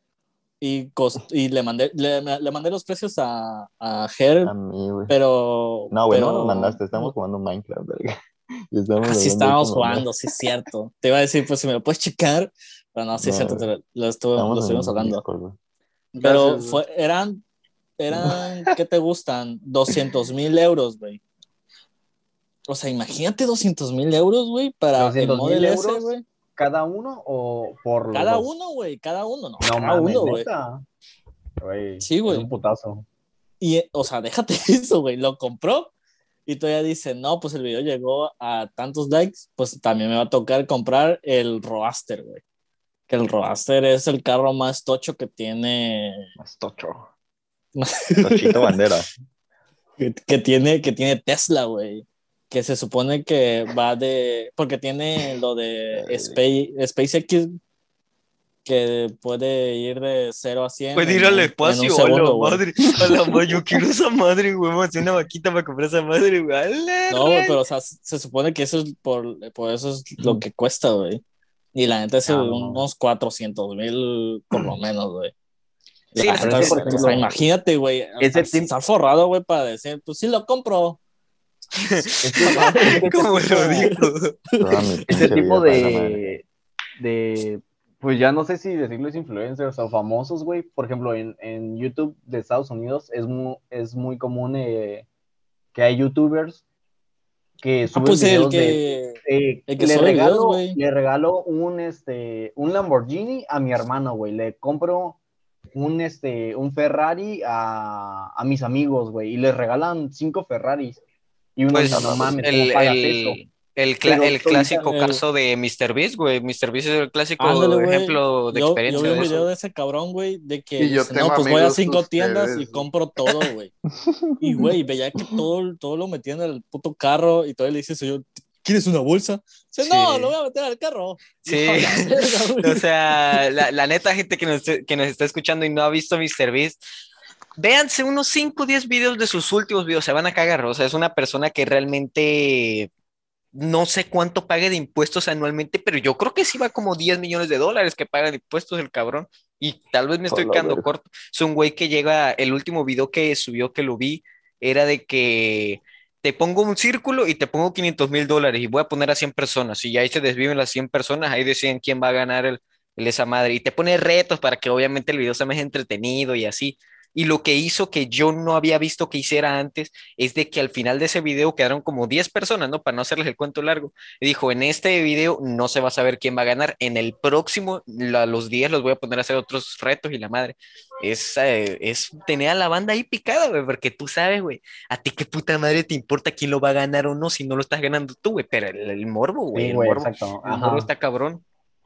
Y le mandé los precios a Ger, A mí, güey. pero. No, güey, no nos mandaste, estamos no, jugando Minecraft, verga. Y estamos así hablando ahí estábamos como jugando, sí, es cierto. Te iba a decir, pues si me lo puedes checar, pero no, sí, es no, cierto, lo estamos estuvimos en hablando. Discord, güey. Pero Gracias, güey. ¿qué te gustan? 200,000 euros, güey. O sea, imagínate 200,000 euros, güey, para el 200 mil Model S, euros güey. cada uno o por los Cada dos. uno, güey, cada uno, no, No cada mames, uno, güey. neta. Güey, Sí, es güey. un putazo. Y, o sea, déjate eso, güey, lo compró y todavía dice, no, pues el video llegó a tantos likes, pues también me va a tocar comprar el Roadster, güey. Que el Roadster es el carro más tocho que tiene, Más tocho. Tochito bandera. que tiene Tesla, güey. Que se supone que va porque tiene lo de SpaceX, que puede ir de 0 a 100 Puede ir en al un espacio, segundo, güey. a la madre, yo quiero esa madre, güey, vamos a hacer una vaquita para comprar esa madre, güey, a la No, güey, red. pero o sea, se supone que eso es por eso es lo que cuesta, güey. Y la neta es Cabrón. unos 400,000 por lo menos, güey. Sí, La no, Pero neta es que, por o sea, ejemplo, imagínate, güey, ese tipo, estar forrado, güey, para decir, pues sí lo compro. es que como lo dijo. Toda mi ese pinche tipo vida para esa madre. pues ya no sé si decirles influencers o famosos, güey. Por ejemplo, en YouTube de Estados Unidos es muy común que hay YouTubers que suben Pues el videos que, el que le sube videos, regalo, güey. le regalo un Lamborghini a mi hermano, güey. Le compro un Ferrari a mis amigos, güey. Y les regalan 5 Ferraris. Y uno dice, no Pues mames, ¿cómo pagas eso? Pero el ahorita, clásico caso de MrBeast, güey. MrBeast es el Ándale, clásico güey. ejemplo de Yo vi experiencia un de video eso. de ese cabrón, güey, de que Y yo dice, no, tengo pues voy a amigos 5 tiendas y ustedes. compro todo, güey. Y, güey, veía que todo lo metía en el puto carro y todavía le dice, señor, ¿quieres una bolsa? Dice, no, lo Sí, voy a meter al carro. Y yo, sí. "A la verga, O güey". sea, la neta, gente que nos está escuchando y no ha visto MrBeast, véanse unos 5 o 10 videos de sus últimos videos, se van a cagar. O sea, es una persona que realmente no sé cuánto pague de impuestos anualmente, pero yo creo que sí va como 10 millones de dólares que paga de impuestos el cabrón. Y tal vez me estoy Hola, quedando verga. corto. Es un güey que llega, el último video que subió que lo vi, era de que te pongo un círculo y te pongo 500,000 dólares y voy a poner a 100 personas. Y ahí se desviven las 100 personas, ahí deciden quién va a ganar esa madre. Y te pone retos para que obviamente el video sea más entretenido y así. Y lo que hizo que yo no había visto que hiciera antes es de que al final de ese video quedaron como 10 personas, ¿no? Para no hacerles el cuento largo. Y dijo, en este video no se va a saber quién va a ganar. En el próximo, los días los voy a poner a hacer otros retos y la madre. Es tener a la banda ahí picada, güey, porque tú sabes, güey, a ti qué puta madre te importa quién lo va a ganar o no si no lo estás ganando tú, güey. Pero el morbo, güey, sí, el güey, morbo, exacto. el morbo Ajá. está cabrón.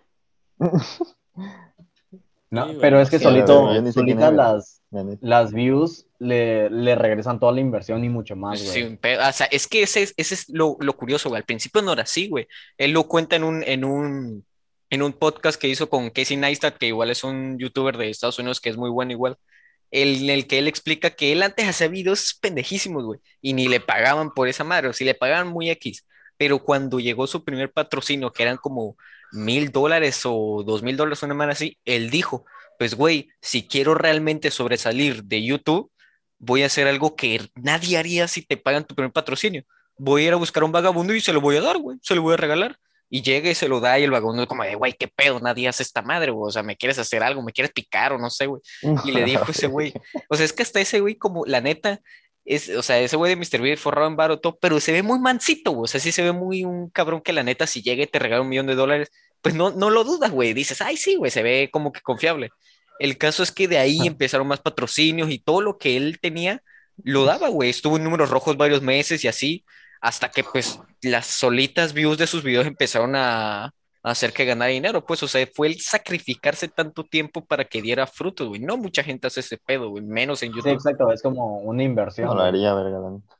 Sí, No, güey, pero es que A la verga, yo imagínate. ni sé quién es, solitas güey. La neta. las views le regresan toda la inversión y mucho más, Sí, güey. o sea, es que ese es lo curioso, güey. Al principio no era así, güey. Él lo cuenta en un podcast que hizo con Casey Neistat, que igual es un youtuber de Estados Unidos que es muy bueno igual. En el que él explica que él antes hacía videos pendejísimos, güey, y ni le pagaban por esa madre, o si le pagaban muy X. Pero cuando llegó su primer patrocinio, que eran como $1,000 o $2,000, una mano así, él dijo, pues, güey, si quiero realmente sobresalir de YouTube, voy a hacer algo que nadie haría si te pagan tu primer patrocinio. Voy a ir a buscar a un vagabundo y se lo voy a dar, güey, se lo voy a regalar. Y llega y se lo da y el vagabundo es como de, güey, qué pedo, nadie hace esta madre, güey. O sea, me quieres hacer algo, me quieres picar o no sé, güey. Y le dijo ese güey, o sea, es que hasta ese güey, como la neta, o sea, ese güey de Mr. Beast forrado en varo todo, pero se ve muy mansito, güey. O sea, sí se ve muy un cabrón que la neta, si llega y te regala $1,000,000, pues no lo dudas, güey. Dices, ay, sí, güey, se ve como que confiable. El caso es que de ahí empezaron más patrocinios y todo lo que él tenía lo daba, güey. Estuvo en números rojos varios meses y así, hasta que pues las solitas views de sus videos empezaron a hacer que ganara dinero. Pues, o sea, fue el sacrificarse tanto tiempo para que diera frutos, güey. No mucha gente hace ese pedo, güey, menos en Sí, YouTube. exacto, es como una No inversión, lo güey. haría, verga.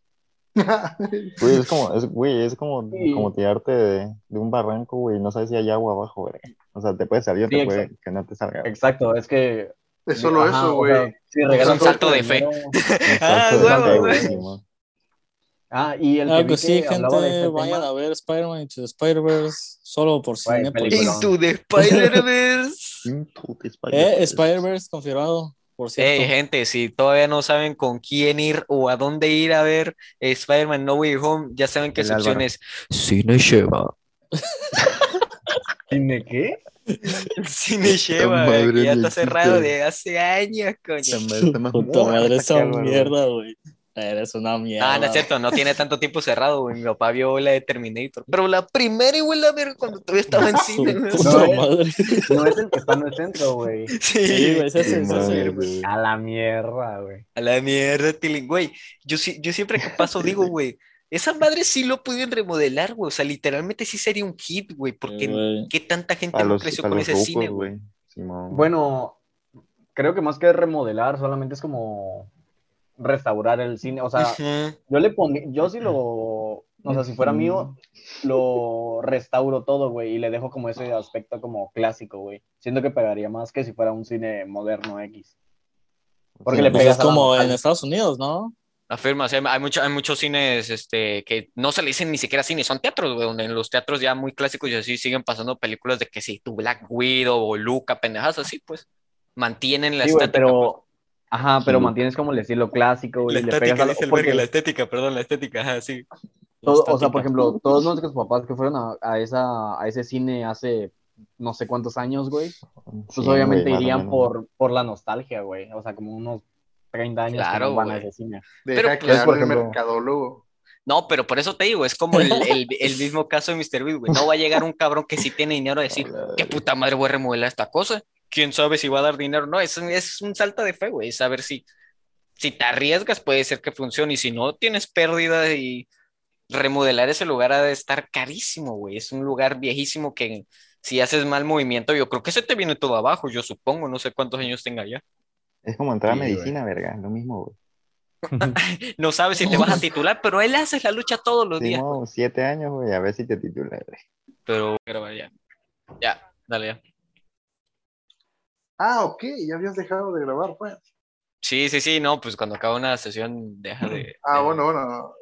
Güey, es como Sí, tirarte de un barranco, güey, no sabes si hay agua abajo, verga. O sea, te puede salir o sí, te puede que no te salga, güey. exacto, es que, Es solo ajá, eso, o güey. sea, si Es un regalan todo salto tu de fe. dinero, Un Ah, salto de salto fe, huevo, de güey. güey, fe. Simón. Y el que Claro que vi sí, que hablaba de gente, este vayan tema, a ver Spider-Man Into the Spider-Verse solo por güey, Cinépolis. peliculón. Into the Spider-Verse. Into the Spider-Verse. Spider-Verse confirmado, por cierto. Gente, si todavía no saben con quién ir o a dónde ir a ver Spider-Man No Way Home, ya saben que El su opción Álvaro. es Cine Sheva. ¿Cine qué? Cine Puta Sheva, que madre, ya ni está cerrado existe. de hace años, coño. Está más Puta madre, muerta que esa Álvaro, güey. mierda, güey. Eres una No, no es mierda. cierto, no tiene tanto tiempo cerrado, güey. Mi papá vio la de Terminator. Pero la primera igual a ver cuando todavía estaba en cine, Su ¿no? No puta es, madre. no es el que está en el centro, güey. Sí, Sí, güey, es ese, es ese. confirmo. Mames, A la mierda, güey. A la mierda, Tilín, güey. Yo siempre que paso digo, güey, esa madre sí lo pueden remodelar, güey. O sea, literalmente sí sería un hit, güey. Sí, Porque güey. qué tanta gente no creció para con los ese cine, rucos, güey. güey. Simón. Bueno, creo que más que remodelar, solamente es como restaurar el cine. O sea, Ujú. yo sí o sea, si fuera mío, lo restauro todo, güey, y le dejo como ese aspecto como clásico, güey. Siento que pegaría más que si fuera un cine moderno X. Porque Sí, le Pues es pegas a la como en nostalgia. Estados Unidos, ¿no? Afirma, o sea, hay muchos cines que no se le dicen ni siquiera cine, son teatros, güey, donde en los teatros ya muy clásicos y así siguen pasando películas de que si tu Black Widow o Luca, pendejas así, pues mantienen la Sí, güey, estática, pues. pero Luke. mantienes como el estilo clásico, La güey, y le pegas estática, a lo, dice el verga, la porque estética, perdón, la estética, ajá, sí. La o sea, por estática. ejemplo, todos nuestros papás que fueron a ese cine hace no sé cuántos años, güey, pues 100, güey, obviamente más o irían menos. por la nostalgia, güey. O sea, como unos 30 años que no Claro, van a ese güey. cine. Pero Deja que Entonces, pues, por hable el ejemplo, mercadólogo. no, pero por eso te digo, es como el mismo caso de Mr. Beast, güey. No va a llegar un cabrón que sí tiene dinero a A decir, la ¿qué verga. puta madre voy a remodelar esta cosa? ¿Quién sabe si va a dar dinero? No, es un salto de fe, güey. Saber si te arriesgas puede ser que funcione y si no tienes pérdida y remodelar ese lugar ha de estar carísimo, güey. Es un lugar viejísimo que si haces mal movimiento, yo creo que se te viene todo abajo, yo supongo, no sé cuántos años tenga ya. Es como entrar a sí, güey. medicina, verga. Lo mismo, güey. No sabes si te vas a titular, pero él hace la lucha todos los días, pues. Simón, 7 años, güey, a ver si te titulas, güey. Pero vaya, ya, dale ya. Ah, ok, ya habías dejado de grabar, pues. Sí, no, pues cuando acaba una sesión deja Ah, bueno.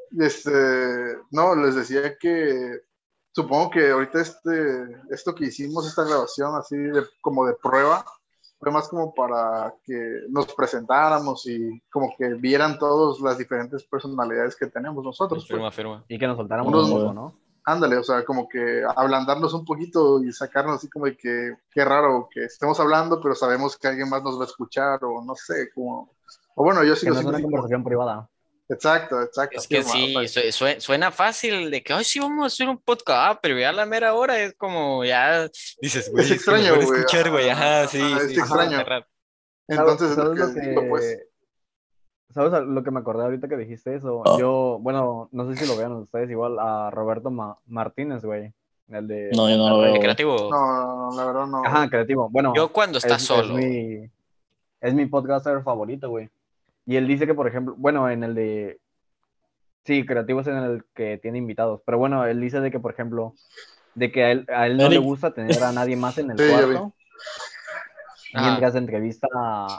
No, les decía que supongo que ahorita esto que hicimos, esta grabación así como de prueba, fue más como para que nos presentáramos y como que vieran todas las diferentes personalidades que tenemos nosotros, pues. Firma. Y que nos soltáramos un Unos, poco, ¿no? ándale, o sea, como que ablandarnos un poquito y sacarnos así como de que qué raro que estemos hablando, pero sabemos que alguien más nos va a escuchar o no sé, como... O bueno, yo sí Que lo no es siento una así como... conversación privada. Exacto, Es que afirma, o sea, sí, suena fácil de que, ay, sí, vamos a hacer un podcast, pero ya a la mera hora es como, ya dices, es güey, es que nos van extraño, a güey, escuchar, güey, ajá, sí, es sí, sí, Ajá. está extraño. raro. Entonces es lo ¿Sabes que digo, pues, ¿Sabes lo que me acordé ahorita que dijiste eso? Yo, bueno, no sé si lo vean ustedes igual a Roberto Martínez, güey, el de No, yo no lo El veo, Monterrey. güey. creativo, no, la verdad no. Ajá, creativo. Bueno, yo cuando está solo, güey. es mi podcaster favorito, güey. Y él dice que, por ejemplo, bueno, sí, creativo es en el que tiene invitados, pero bueno, él dice de que, por ejemplo, de que a él no le Eric, gusta tener a nadie más en el Sí, ya vi. cuarto Ajá, mientras entrevista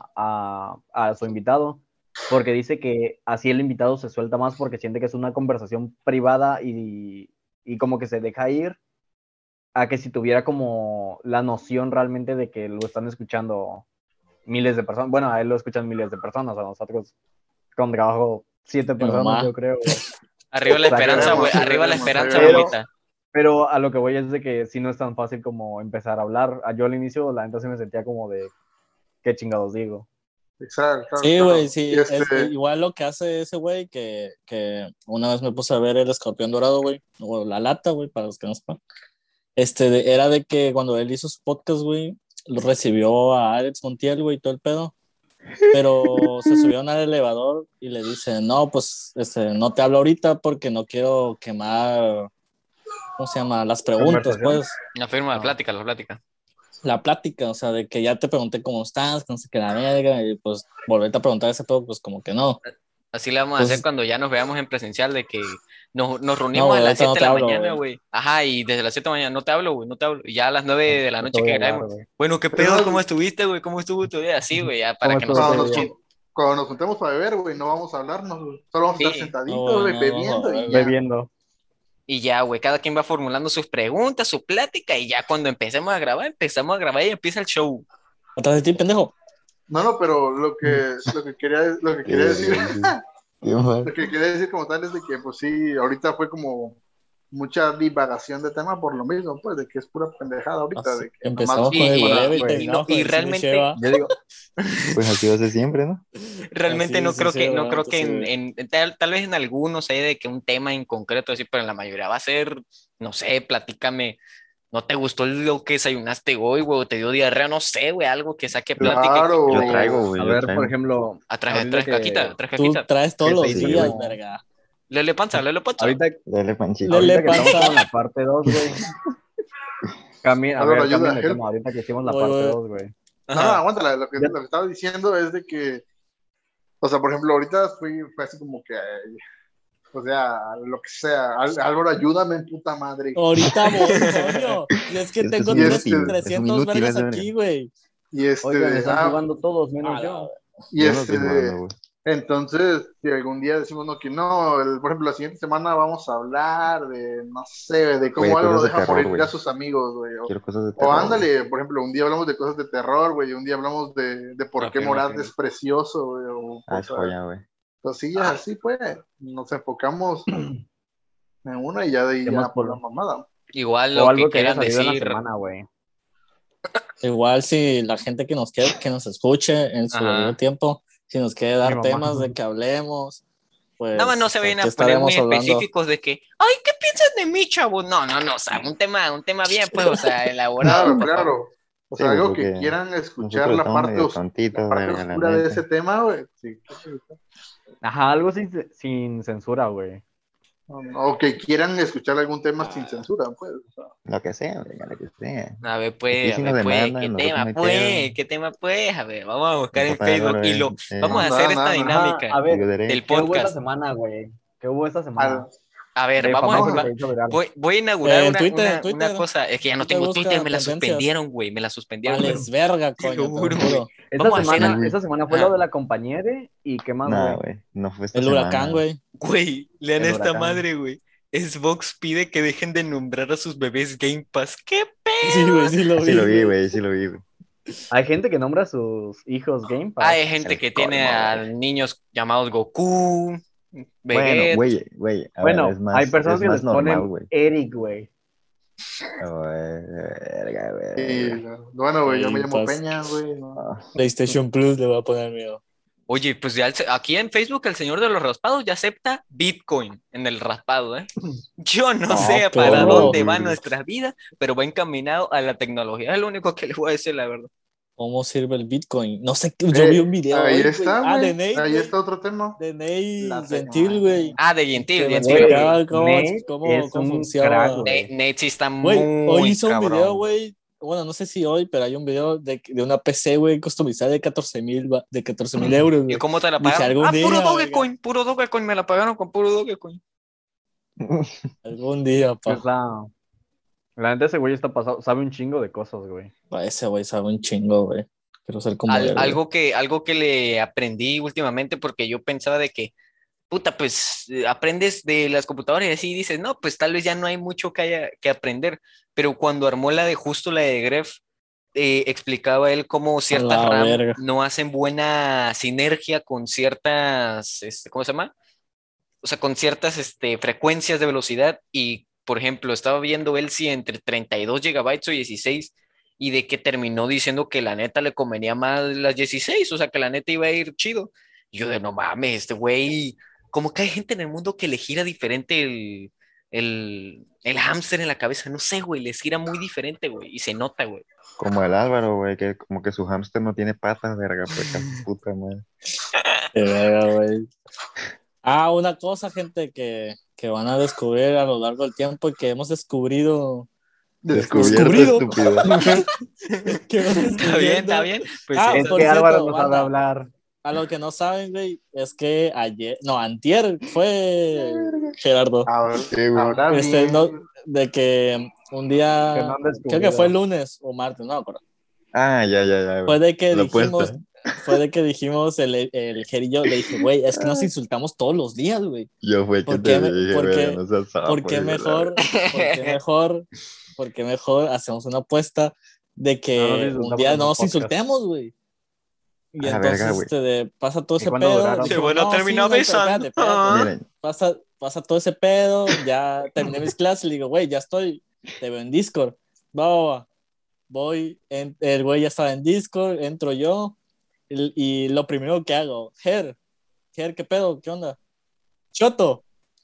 a su invitado, porque dice que así el invitado se suelta más porque siente que es una conversación privada y como que se deja ir a que si tuviera como la noción realmente de que lo están escuchando miles de personas. Bueno, a él lo escuchan miles de personas, a nosotros con trabajo 7 mi personas, mamá. yo creo, güey. arriba la O sea que, esperanza, güey, Ahí arriba la veremos, ahí esperanza, veremos. mamita. pero a lo que voy es de que sí no es tan fácil como empezar a hablar. Yo al inicio, la neta, sí me sentía como de, ¿qué chingados digo? Exacto, claro, Sí, güey, claro. sí. Y Es igual lo que hace ese güey que una vez me puse a ver el escorpión dorado, güey. O la lata, güey, para los que no sepan. Era de que cuando él hizo su podcast, güey, lo recibió a Alex Montiel, güey, y todo el pedo. Pero se subieron al elevador y le dice, no, pues no te hablo ahorita porque no quiero quemar, ¿cómo se llama? Las preguntas, ¿Conversación? pues, La firma, la No. plática, la plática. la plática, o sea, de que ya te pregunté cómo estás, que no sé qué la verga, y pues volverte a preguntar ese pedo, pues como que no. Así le vamos a hacer Entonces, cuando ya nos veamos en presencial, de que nos no, reunimos a güey, las ahorita 7 no de te la hablo, mañana, güey. güey. Ajá, y desde las 7 de la mañana, no te hablo, güey, no te hablo. Y ya a las 9 de la No noche te voy que a hablar, grabemos. güey. Bueno, ¿qué pedo? ¿Cómo estuviste, güey? ¿Cómo estuvo tu día? Así, güey, ya para ¿Cómo que nos estuvo Cuando tu nos, día? escuchen. jun- cuando nos juntemos para beber, güey, no vamos a hablarnos, güey. Solo vamos a estar Sí, No, sentaditos, güey, güey, no, vamos a bebiendo ver, y güey. ya. Bebiendo. y ya, güey, cada quien va formulando sus preguntas, su plática, y ya cuando empezamos a grabar y empieza el show. Atrás de ti, pendejo. No, pero lo que quería decir, Qué mal. lo que quería decir como tal es de que, pues sí, ahorita fue como mucha divagación de tema por lo mismo, pues, de que es pura pendejada ahorita, Así, de que nomás empezamos con el Bueno, breve y güey. terminamos con Y el cine realmente, Sheva. Yo digo, Pues así va a ser siempre, ¿no? realmente Así, no sí, creo sí, que, no creo realmente que sí, güey. tal vez en algunos hay de que un tema en concreto, así, pero en la mayoría va a ser, no sé, platícame, ¿no te gustó lo que desayunaste hoy, güey? ¿O te dio diarrea? No sé, güey, algo que saque plática claro, Yo traigo, güey, a yo ver, por traigo. ejemplo, ahorita atrás caquita, que, atrás Tú caquita. traes todos que se los Sí, días, güey. hizo, verga. Lele panza, lele panza. ahorita, Dale, Panchito. Lele ahorita que estamos panza. como en la parte 2, güey. A Álvaro, ver, cambien ayuda, de help. tema, ahorita que hicimos la Voy, parte voy. 2, güey. No, Ajá. aguántala, lo que, Ya- lo que estaba diciendo es de que, o sea, por ejemplo, ahorita fue así como que, o sea, lo que sea, Álvaro, ayúdame, puta madre. Ahorita voy, coño. Si es que Es que es tengo Y un este, inútil, es un 300 inútil vergas ese verga. aquí, güey. y Oigan, este, están jugando todos, menos A la yo. y Yo no estoy jugando, este, güey. entonces, si algún día decimos no, que no, por ejemplo, la siguiente semana vamos a hablar de, no sé, de Güey, cómo de Álvaro cosas de deja terror, morir güey. a sus amigos, güey. Quiero cosas de O terror, güey. ándale, por ejemplo, un día hablamos de cosas de terror, güey, un día hablamos de por qué Afirmo, Morat afirmo. es precioso, güey, o Ah, es cosas, joya, güey. cosillas así, pues. Nos enfocamos en una y ya de ahí ¿Qué más ya por la por- mamada. Igual O lo que algo que haya quieran salido en la decir. semana, güey. Igual si la gente que nos escuche en su debido Ajá. tiempo, si nos quiere Mi dar mamá. temas de que hablemos, Nada más pues no se vayan aquí a poner muy estaremos hablando. específicos de que, ay, ¿qué piensas de mí, chavo? No, o sea, un tema bien, pues, o sea, elaborado, Claro, por favor. claro. O Sí, sea, güey, algo que porque quieran escuchar nosotros la estamos parte, medio la tontitos, parte verga, la oscura de ese neta. tema, güey. Sí. Ajá, algo sin censura, güey. O que quieran escuchar algún tema sin censura, pues. O sea, Lo que sea, verga, lo que sea. A Aquí si nos ver, pues, demandan, nosotros no hay pedo. qué tema, pues, a ver, vamos a buscar en Compa Facebook Álvaro, vamos a anda, hacer anda, esta anda. Ajá, dinámica a ver, digo del derecho. ¿qué hubo esta podcast. semana, güey? ¿Qué hubo esta semana? Al- A ver, De vamos famoso vamos que a- se hizo viral. voy a inaugurar En Twitter, una cosa, es que ya no Twitter tengo Twitter, busca me la tendencias. suspendieron, güey, me la suspendieron, pero Vales verga, te lo coño, te lo juro, güey. juro. Esta Vamos a hacer, semana, Sí. esta semana fue Ajá. lo de la compañere y qué más, Nah, güey. güey, no fue esta El huracán, semana. güey. güey, lean El esta huracán. madre, güey. Xbox pide que dejen de nombrar a sus bebés Game Pass. ¿Qué Sí, güey, sí lo Sí lo vi, vi, güey. güey, sí lo vi, güey. Hay gente que nombra a sus hijos Game Pass. Hay gente El que tiene colmo, a güey. niños llamados Goku, Bueno, Vegeta. güey, a ver, Bueno, hay personas es que más les normal, ponen güey. Eric, güey. Verga, y, verga. bueno, güey, yo me Game llamo Pass. Peña, güey. ¿no? Ah, PlayStation Plus le voy a poner miedo. Oye, pues ya aquí en Facebook el señor de los raspados ya acepta Bitcoin en el raspado, ¿eh? Yo no sé para perro. dónde va güey. nuestra vida, pero va encaminado a la tecnología. Es lo único que le voy a decir, la verdad. ¿Cómo sirve el Bitcoin? No sé, yo vi un video Ahí hoy, güey. está, Ah, de güey. Nate, Ahí güey. está otro tema. De Nate La Gentil, güey. Ah, de Gentil, Que me Gentil. explicaba Nate es cómo un funciona. crack, güey. Nate sí está Güey, hoy muy hizo un video, cabrón. güey. Bueno, no sé si hoy, pero hay un video de una PC, güey, customizada de 14,000 euros, ¿Y güey. cómo te la Dije, pagaron? algún Ah, día, puro Dogecoin, me la pagaron con puro Dogecoin. algún día, pa. La neta, ese güey está pasado, sabe un chingo de cosas, güey. Ese güey sabe un chingo, güey. Quiero ser como él, güey. Algo que le aprendí últimamente porque yo pensaba de que, puta, pues aprendes de las computadoras y así dices, no, pues tal vez ya no hay mucho que aprender, pero cuando armó la de Greph, explicaba él cómo ciertas La RAM verga. no hacen buena sinergia con ciertas, ¿cómo se llama? O sea, con ciertas frecuencias de velocidad y, por ejemplo, estaba viendo él si entre 32 gigabytes o 16 y de que terminó diciendo que la neta le convenía más las 16, o sea, que la neta iba a ir chido. Y yo de no mames, este güey, como que hay gente en el mundo que le gira diferente el hámster en la cabeza, no sé, güey, les gira muy diferente, güey, y se nota, güey. Como el Álvaro, güey, que como que su hámster no tiene patas, verga, pues su puta madre. Qué verga, güey. Una cosa, gente, que van a descubrir a lo largo del tiempo y que hemos descubrido. Descubierto, Descubrido. estúpido. Que vamos Está bien, descubriendo. está bien. Pues Es por que cierto, Álvaro no sabe banda, hablar. a lo que no saben, güey, es que antier fue Gerardo. Ahora bien. No, de que un día, Que no han creo que fue descubrido. lunes o martes, no me acuerdo. Ah, ya, Fue güey. de que La dijimos, apuesta. el Ger y yo, le dije, güey, es que nos insultamos todos los días, güey. Yo fue que ¿Por te qué, dije, verga, no seas sapo, por qué hijo de la mejor, por qué mejor hacemos una apuesta de que No nos un insultamos día en no el nos podcast. insultemos, güey? Y Ah, entonces verga, güey. pasa todo ¿Y ese cuándo pedo. duraron? se Dijimos, van a no, sí, terminar no hay besando. espérate. Miren, Pasa todo ese pedo, ya terminé mis clases, le digo, güey, ya estoy, te veo en Discord. Va. El güey ya estaba en Discord, entro yo, y lo primero que hago, Ger, ¿qué pedo? ¿Qué onda? Choto.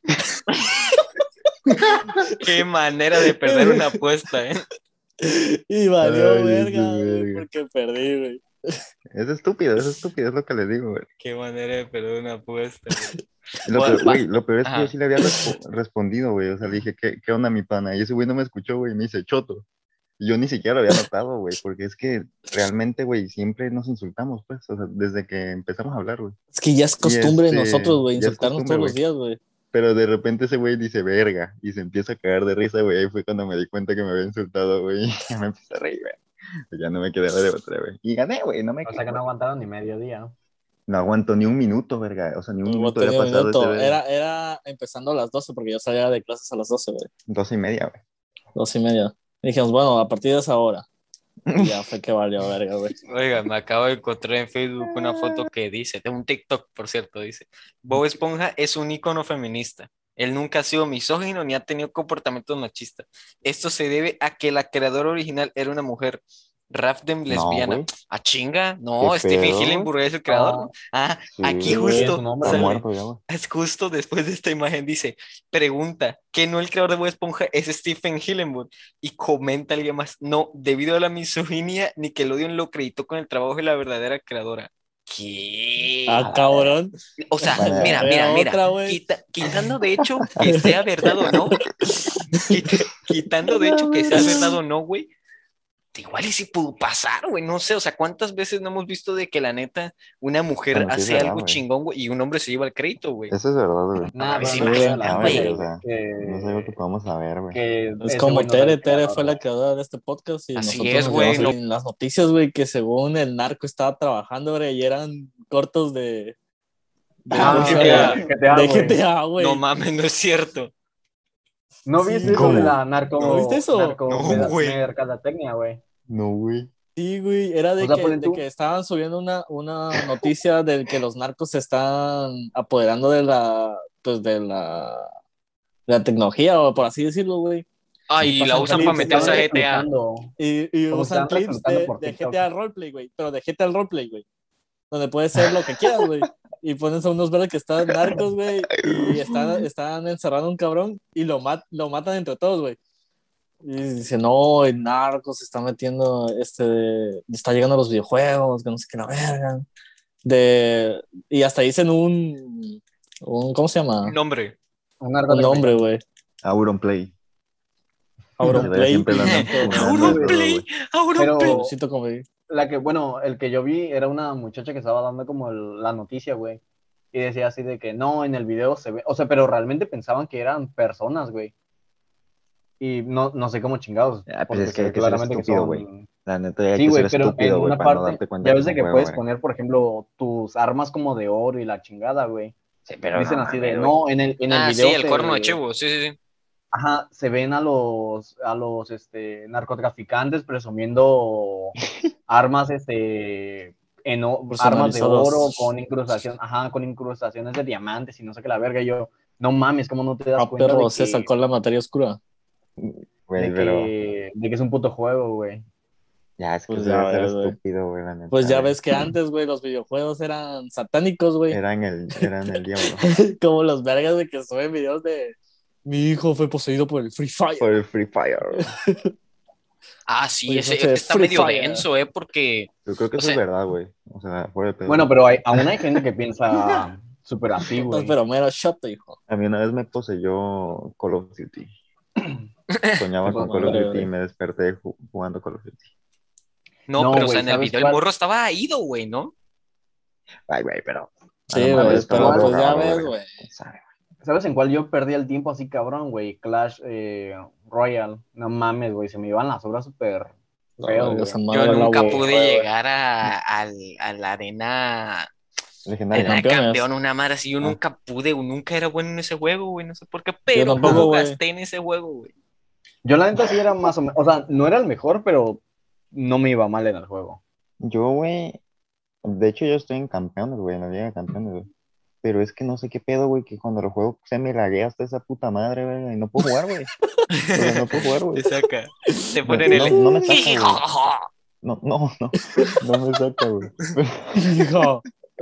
Qué manera de perder una apuesta, ¿eh? Y valió ay, ese verga, güey, verga. porque perdí, güey. Es estúpido, es lo que les digo, güey. Qué manera de perder una apuesta, güey. Y lo Bueno, peor, güey, lo peor es que ajá. yo sí le había respondido, güey. O sea, le dije, ¿qué onda, mi pana? Y ese güey no me escuchó, güey, y me dice, choto. Y yo ni siquiera lo había notado, güey, porque es que realmente, güey, siempre nos insultamos, pues, o sea, desde que empezamos a hablar, güey. Es que ya es Y costumbre de nosotros, güey, ya es insultarnos costumbre, todos los güey. días, güey. Pero de repente ese güey dice, verga, y se empieza a cagar de risa, güey. Ahí fue cuando me di cuenta que me había insultado, güey. Y ya me empecé a reír, güey. Pues ya no me quedaba de otra, güey. Y gané, güey, no me O sea que no quedo. aguantaron ni medio día. No aguanto ni un minuto, verga. O sea, ni un No minuto había tenía un pasado ese, minuto. verga. Era empezando a las 12, porque yo salía de clases a las 12, güey. 12:30, güey. 12:30. Y dijimos, bueno, a partir de esa hora. Y ya fue que valió verga, güey. Oiga, me acabo de encontrar en Facebook una foto que dice, de un TikTok, por cierto, dice, Bob Esponja es un ícono feminista. Él nunca ha sido misógino ni ha tenido comportamientos machistas. Esto se debe a que la creadora original era una mujer. Rafdem No, lesbiana. güey. ¿A chinga? No, ¿Qué Stephen pedo, Hillenburg es el creador, ¿no? Sí, Aquí güey. es justo un hombre, Está güey. muerto ya, güey. es justo después de esta imagen dice, pregunta, ¿que no el creador de Bob Esponja es Stephen Hillenburg? Y comenta alguien más, no, debido a la misoginia, Nickelodeon lo acreditó con el trabajo de la verdadera creadora. ¿Qué? Cabrón. O sea, Bueno, mira, otra, güey. quitando de hecho que sea verdad o no, quitando de hecho que sea verdad o no, güey, igual y si pudo pasar, güey, no sé, o sea, ¿cuántas veces no hemos visto de que la neta una mujer Bueno, sí es hace verdad, algo güey. chingón, güey, y un hombre se lleva el crédito, güey? Eso es verdad, güey. Nah, Pues pero no estoy imagínate, hablando güey, de o sea, no es algo que podamos saber, güey. que Es ese como güey no sea el Tere creador, fue la güey. creadora de este podcast y Así nosotros es, nos güey, llevamos en las noticias, güey, que según el narco estaba trabajando, güey, y eran cortos de ¿cómo se llama? GTA, De güey. GTA, güey. no mames, no es cierto. ¿No Sí, viste eso ¿cómo? de la ¿No viste eso? No, güey. mercadotecnia, güey? No, güey. Sí, güey, era O sea, ponen de tú. que estaban subiendo una noticia de que los narcos se están apoderando de la, pues de la tecnología, o por así decirlo, güey. Ay, Y la pasan usan para clips, meterse a güey, GTA. y Como usan estaban clips reclutando por de TikTok. GTA Roleplay, güey, pero de GTA Roleplay, güey, donde puedes ser lo que quieras, güey. Y pones a unos verdes que están narcos, güey, y están encerrando a un cabrón y lo matan entre todos, güey. Y dice, no, el narco se está metiendo, está llegando a los videojuegos, que no sé qué la verga. Y hasta dicen ¿cómo se llama? Nombre. Un Un narcotraficante. nombre, güey. Auronplay. Auronplay. Siempre lo andan funando de todo, güey. Auronplay. Pero Luisito Comunica. el que yo vi era una muchacha que estaba dando como la noticia, güey. Y decía así de que no, en el video se ve, o sea, pero realmente pensaban que eran personas, güey. Y no sé cómo chingados, Ah, pues porque es que se hay ve que ser claramente que estúpido, güey. son... La neta, hay Sí, que ser güey, pero estúpido, en güey, una para no parte, darte cuenta ya que ves es de un que juego, puedes güey. poner, por ejemplo, tus armas como de oro y la chingada, güey. Sí, pero Dicen no así mames, de, güey. no, en el Ah, video sí, el corno de chivo. Sí, sí, sí. Ajá, se ven a los narcotraficantes presumiendo armas, armas de Personalizados. oro con incrustación, ajá, con incrustaciones de diamantes y no sé qué la verga. Y yo, no mames, ¿cómo no te das cuenta Perro, de se que, sacó la materia oscura. Güey, pero de que es un puto juego, güey? ya es que Pues eso ya ya es ser ves, güey. estúpido, güey, la neta. Pues ya güey. ves que antes, güey, los videojuegos eran satánicos, güey. Eran el diablo. Como los vergas de que suben videos Mi hijo fue poseído por el Free Fire. Por el Free Fire. Ah, sí, Oye, ese entonces, está Free medio Fire. denso, porque, Yo creo que o eso es sea, verdad, güey. O sea, fuera de pedo. Bueno, pero aún hay gente que piensa súper así, No, güey. pero mero shot, hijo. A mí una vez me poseyó Call of Duty. Soñaba Puta con Call of madre, Duty y güey. me desperté jugando Call of Duty. no, No, pero, o sea, güey, en el ¿sabes video el cuál? morro estaba ido, güey, ¿no? Ay, güey, pero a lo Sí, mejor güey, ¿Sabes estaba pero cuál? pues ya drogado, ves, verga. güey. ¿Quién sabe? ¿Sabes en cuál yo perdí el tiempo así cabrón, güey? Clash Royale. No mames, güey, se me iban las horas súper La feo, verga, güey. esa Yo madre la nunca aburro, pude güey. llegar a la arena, De Legendario. arena de campeones. campeón, una madre así. Yo Ah, nunca pude, nunca era bueno en ese juego, güey. No sé por qué, Yo pero tampoco, lo güey. gasté en ese juego, güey. Yo la neta sí era más o menos, o sea, no era el mejor, pero no me iba mal en el juego. yo, güey, de hecho yo estoy en campeones, güey, en la liga de campeones, güey. Pero es que no sé qué pedo, güey, que cuando lo juego se me laguea hasta esa puta madre, güey, y no puedo jugar, güey. O sea, no puedo jugar, güey. Te saca. Te No, ponen el. no me saca, güey. No me saca, güey. Hijo.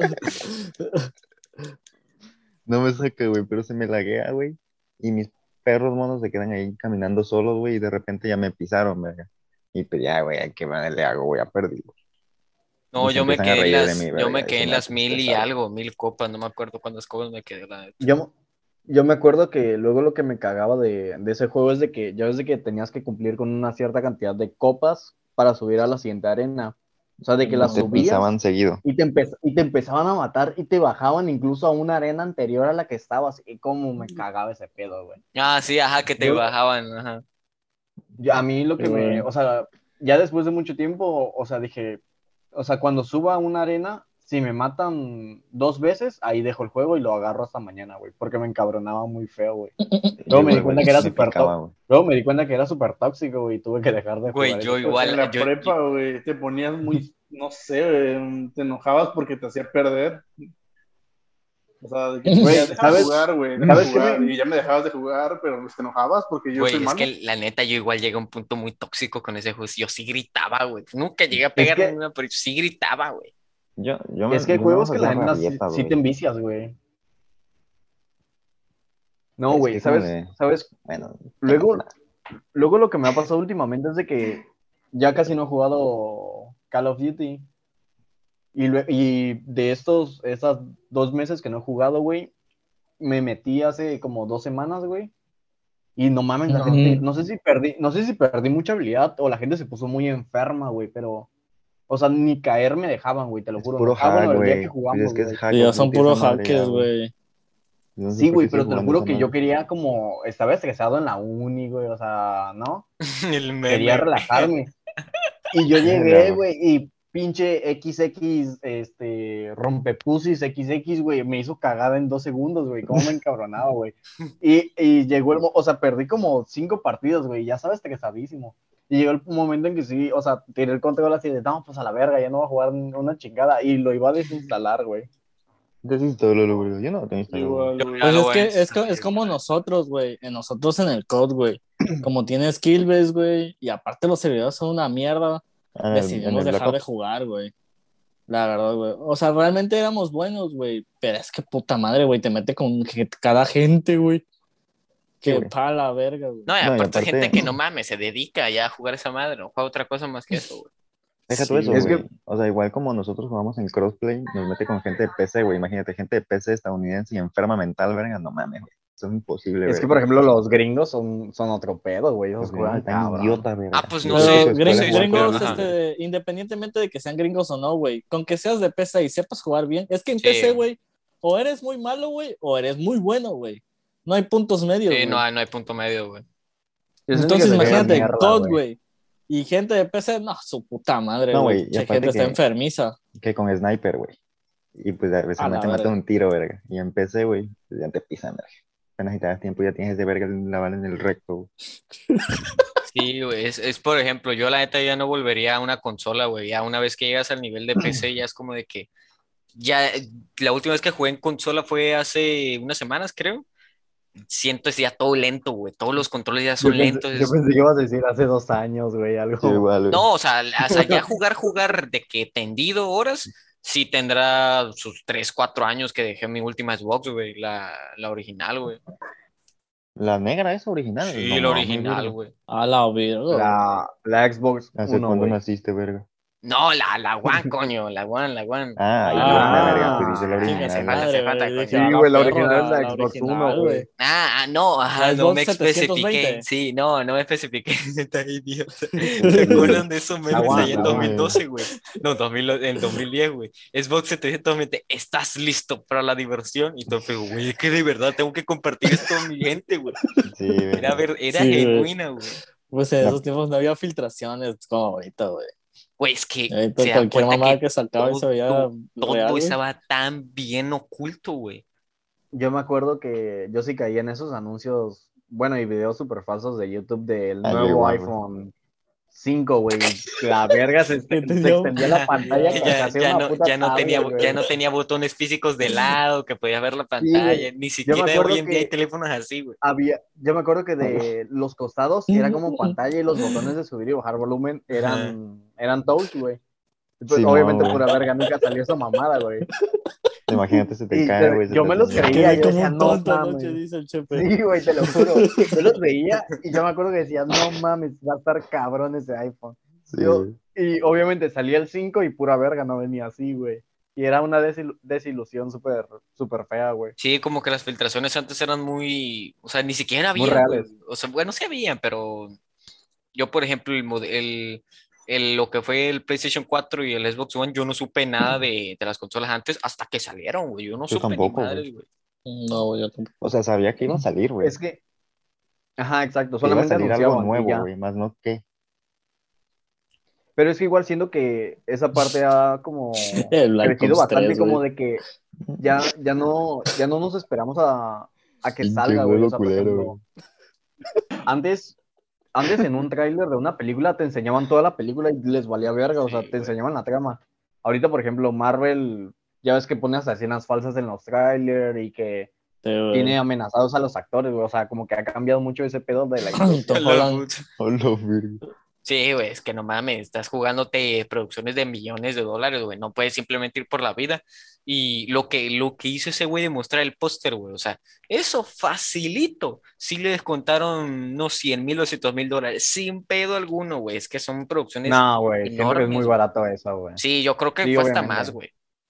No me saca, güey, pero se me laguea, güey. Y mis perros monos se quedan ahí caminando solos, güey, y de repente ya me pisaron, verga. Y pues ya, güey, ¿qué más le hago, güey? Ya perdí, güey. No, Y se empiezan a reír de mí, yo verga, me y quedé eso en me las hace 1000 y estresar, güey. algo, 1000 copas, no me acuerdo cuántas copas me quedé, la neta. Yo me acuerdo que luego lo que me cagaba de ese juego es de que ya ves de que tenías que cumplir con una cierta cantidad de copas para subir a la siguiente arena. O sea, de que Y las No, te güey. subías pisaban seguido. y te empezaban a matar y te bajaban incluso a una arena anterior a la que estabas. Y cómo me cagaba ese pedo, güey. Ah, sí, ajá, que te Yo, bajaban, ajá. a mí lo Sí, que me, güey. o sea, ya después de mucho tiempo, o sea, dije, o sea, cuando suba a una arena, si me matan 2 veces, ahí dejo el juego y lo agarro hasta mañana, güey, porque me encabronaba muy feo, güey. Yo Luego me di igual, cuenta güey, que era me súper picaba, tóxico. güey. Luego me di cuenta que era súper tóxico, güey, y tuve que dejar de Güey, jugar ese yo juego. En igual, la prepa, güey, te ponías muy, no sé, güey, te enojabas porque te hacía perder. O sea, de que te decía, Güey, déjame ¿sabes? jugar, güey, déjame ¿Sabes qué jugar. me? Y ya me dejabas de jugar, pero pues te enojabas porque yo soy güey, es malo. que la neta yo igual llegué a un punto muy tóxico con ese juego. Yo sí gritaba, güey. Nunca llegué a Es pegar que, ninguna, pero sí gritaba, güey. es que hay Yo nada más juegos que la hacía neta sí, rabietas, sí te güey. envicias, güey. No, Es güey, que como ¿sabes? de, ¿Sabes? bueno, Luego, luego lo que me ha pasado últimamente es de que ya casi no he jugado Call of Duty. Y de esas 2 meses que no he jugado, güey, me metí hace como 2 semanas, güey. Y no mames, la gente, Ujú. no sé si perdí mucha habilidad o la gente se puso muy enferma, güey, pero, o sea, ni caer me dejaban, güey, te lo es juro. puro No. Ah, hack, bueno, el día que güey. Pues es jugamos, que es güey. hack Sí, ya of son Duty esa puros madre ya, hackers, güey. güey. Yo no sé Sí, por qué güey, sigue pero te lo jugando juro esa que yo madre. quería como, estaba estresado en la uni, güey, o sea, ¿no? El Quería meme. relajarme. Y yo Ándale, llegué, algo. güey, y pinche XX, rompepusis XX, güey, me hizo cagada en 2 segundos, güey, cómo me encabronaba, güey. Y llegó o sea, perdí como 5 partidos, güey, ya sabes, estresadísimo. Y llegó el momento en que sí, o sea, tiré el control así de, no, pues a la verga, ya no voy a jugar una chingada, y lo iba a desinstalar, güey. Desinstálalo, güey. Yo no lo tengo instalado, güey. Igual, Yo güey. ya Pues lo es voy a que desinstalar es como igual. nosotros, güey. En nosotros en el COD, güey. Como tiene skill base, güey. Y aparte los servidores son una mierda. Ah, en Decidimos el Black dejar de Ops. jugar, güey. La verdad, güey. O sea, realmente éramos buenos, güey. Pero es que puta madre, güey. Te mete con cada gente, güey. Sí, Que güey. pa' la verga, güey. No, y No, y aparte es gente aparte, que no mames, se dedica ya a jugar esa madre, no juega otra cosa más que eso, güey. deja todo Sí, eso, Es güey. que, güey. O sea, igual como nosotros jugamos en crossplay, nos mete con gente de PC, güey. Imagínate, gente de PC estadounidense y enferma mental, verga. No mames, güey. Eso es imposible, es que, verga. por ejemplo, los gringos son otro pedo, güey, Los esos gringos juegan están cabrón. idiotas, Ah, verga. pues Yo no creo que Pero su sé, no escuela es sé eso, jugar Call of pero gringos, Duty, ajá. güey. independientemente de que sean gringos o no, güey. Con que seas de PC y sepas jugar bien. Es que en Sí, PC, güey, o eres muy malo, güey, o eres muy bueno, güey. No hay puntos medios, sí, no, güey. no hay punto medio, güey. Yo siento que Entonces, sería una imagínate, mierda, COD, güey. güey. Y gente de PC, no, su puta madre, No, güey. güey. Y Che, gente aparte está que, enfermiza. que con sniper, güey. Y pues a veces A la te mata verga. un tiro, verga. Y en PC, güey, pues ya te pisan, verga. Apenas si te das tiempo, ya tienes ese verga la bala en el recto, güey. Sí, güey, por ejemplo, yo la neta ya no volvería a una consola, güey. Ya una vez que llegas al nivel de PC, ya es como de que ya la última vez que jugué en consola fue hace unas semanas, creo. Siento es ya todo lento, güey. Todos los controles ya Yo son pensé, lentos. yo pensé que ibas a decir hace 2 años, güey, Sí, algo. igual, güey. No, o sea, ya jugar de que tendido horas, sí tendrá sus 3 4 años que dejé mi última Xbox, güey, la original, güey. La negra es original. Sí, No el mames, original, verga. güey. A la verga. La Xbox ¿Hace One, cuándo güey. naciste, verga? No, la One, coño, la One. Ah, yo, la verga, pues dice la Chinga su original. falta, madre, hace falta, güey. Dije, coño. a Sí, la güey, la perro, original es la la Xbox One, original, güey. güey. No, La no me Xbox especifiqué. 720. Sí, no me especifiqué. Está idiota. El ¿Se pendejo. acuerdan de esos La memes One, allá en la One. 2012, güey? No, 2000, en 2010, güey. Xbox 720, ¿estás listo para la diversión? Y todo fue, güey, es que de verdad tengo que compartir esto con mi gente, güey. Sí, verga. Era Sí, güey. genuina, güey. Pues en La- esos tiempos no había filtraciones como ahorita, güey. Güey, es que Ahorita se dan cualquier cuenta mamada que que sacaba y se veía todo real, güey. estaba tan bien oculto, güey. Yo me acuerdo que yo sí caía en esos anuncios, bueno, y videos súper falsos de YouTube del Ah, yo nuevo igual, güey. iPhone 5, güey. La verga se Que tenía extendía la pantalla Que ya, que hacía una puta tablet, güey. ya no tenía botones físicos de lado, que podía ver la Sí, pantalla. güey. Ni Yo me siquiera hoy acuerdo en día hay que teléfonos así, güey. yo me acuerdo que de los costados era como pantalla y los botones de subir y bajar volumen Ajá. eran touch, güey. Pues, Simón, obviamente, güey. pura verga, nunca salió esa mamada, güey. Imagínate, se te Y cae, güey, se yo te me hace los mierda. creía, Quedé yo como decía, un no tonto anoche, mames. dice el Chepe. Sí, güey, te lo juro. Yo los veía y yo me acuerdo que decía, no mames, va a estar cabrón ese iPhone. Sí, Yo, güey. y obviamente salía el 5 y pura verga no venía así, güey. Y era una desilusión súper súper fea, güey. Sí, como que las filtraciones antes eran muy, o sea, ni siquiera Muy habían, güey. reales. O sea, bueno, sí habían, pero yo, por ejemplo, lo que fue el PlayStation 4 y el Xbox One, yo no supe nada de las consolas antes hasta que salieron, güey. Yo no Yo supe ni tampoco, güey. madres, güey. No, güey, yo tampoco. O sea, sabía que iba a salir, güey. Es que, ajá, exacto, Que iba a solamente salir algo anunciaban y nuevo, ya. güey, más no qué. Pero es que igual siento que esa parte ha como El Black crecido Ops 3, bastante, como güey. de que ya no nos esperamos a que Pinche salga, güey. O juego sea, por culero, ejemplo, güey. antes, antes en un tráiler de una película te enseñaban toda la película y les valía verga, o sea, Sí, te güey. enseñaban la trama. Ahorita, por ejemplo, Marvel, ya ves que pone hasta escenas falsas en los trailers y que Sí, tiene güey. amenazados a los actores, güey. O sea, como que ha cambiado mucho ese pedo de la industria. Tom Holland. Hola, verga. Sí, güey, es que no mames, estás jugándote producciones de millones de dólares, güey, no puedes simplemente ir por la vida. Y lo que hizo ese güey de mostrar el póster, güey, o sea, eso facilito. Sí le descontaron, no, 100,000 o 200,000 dólares, sin pedo alguno, güey, es que son producciones No, güey, siento que es muy enormes, güey. barato eso, güey. Sí, yo creo que Sí, fue hasta más, obviamente. güey.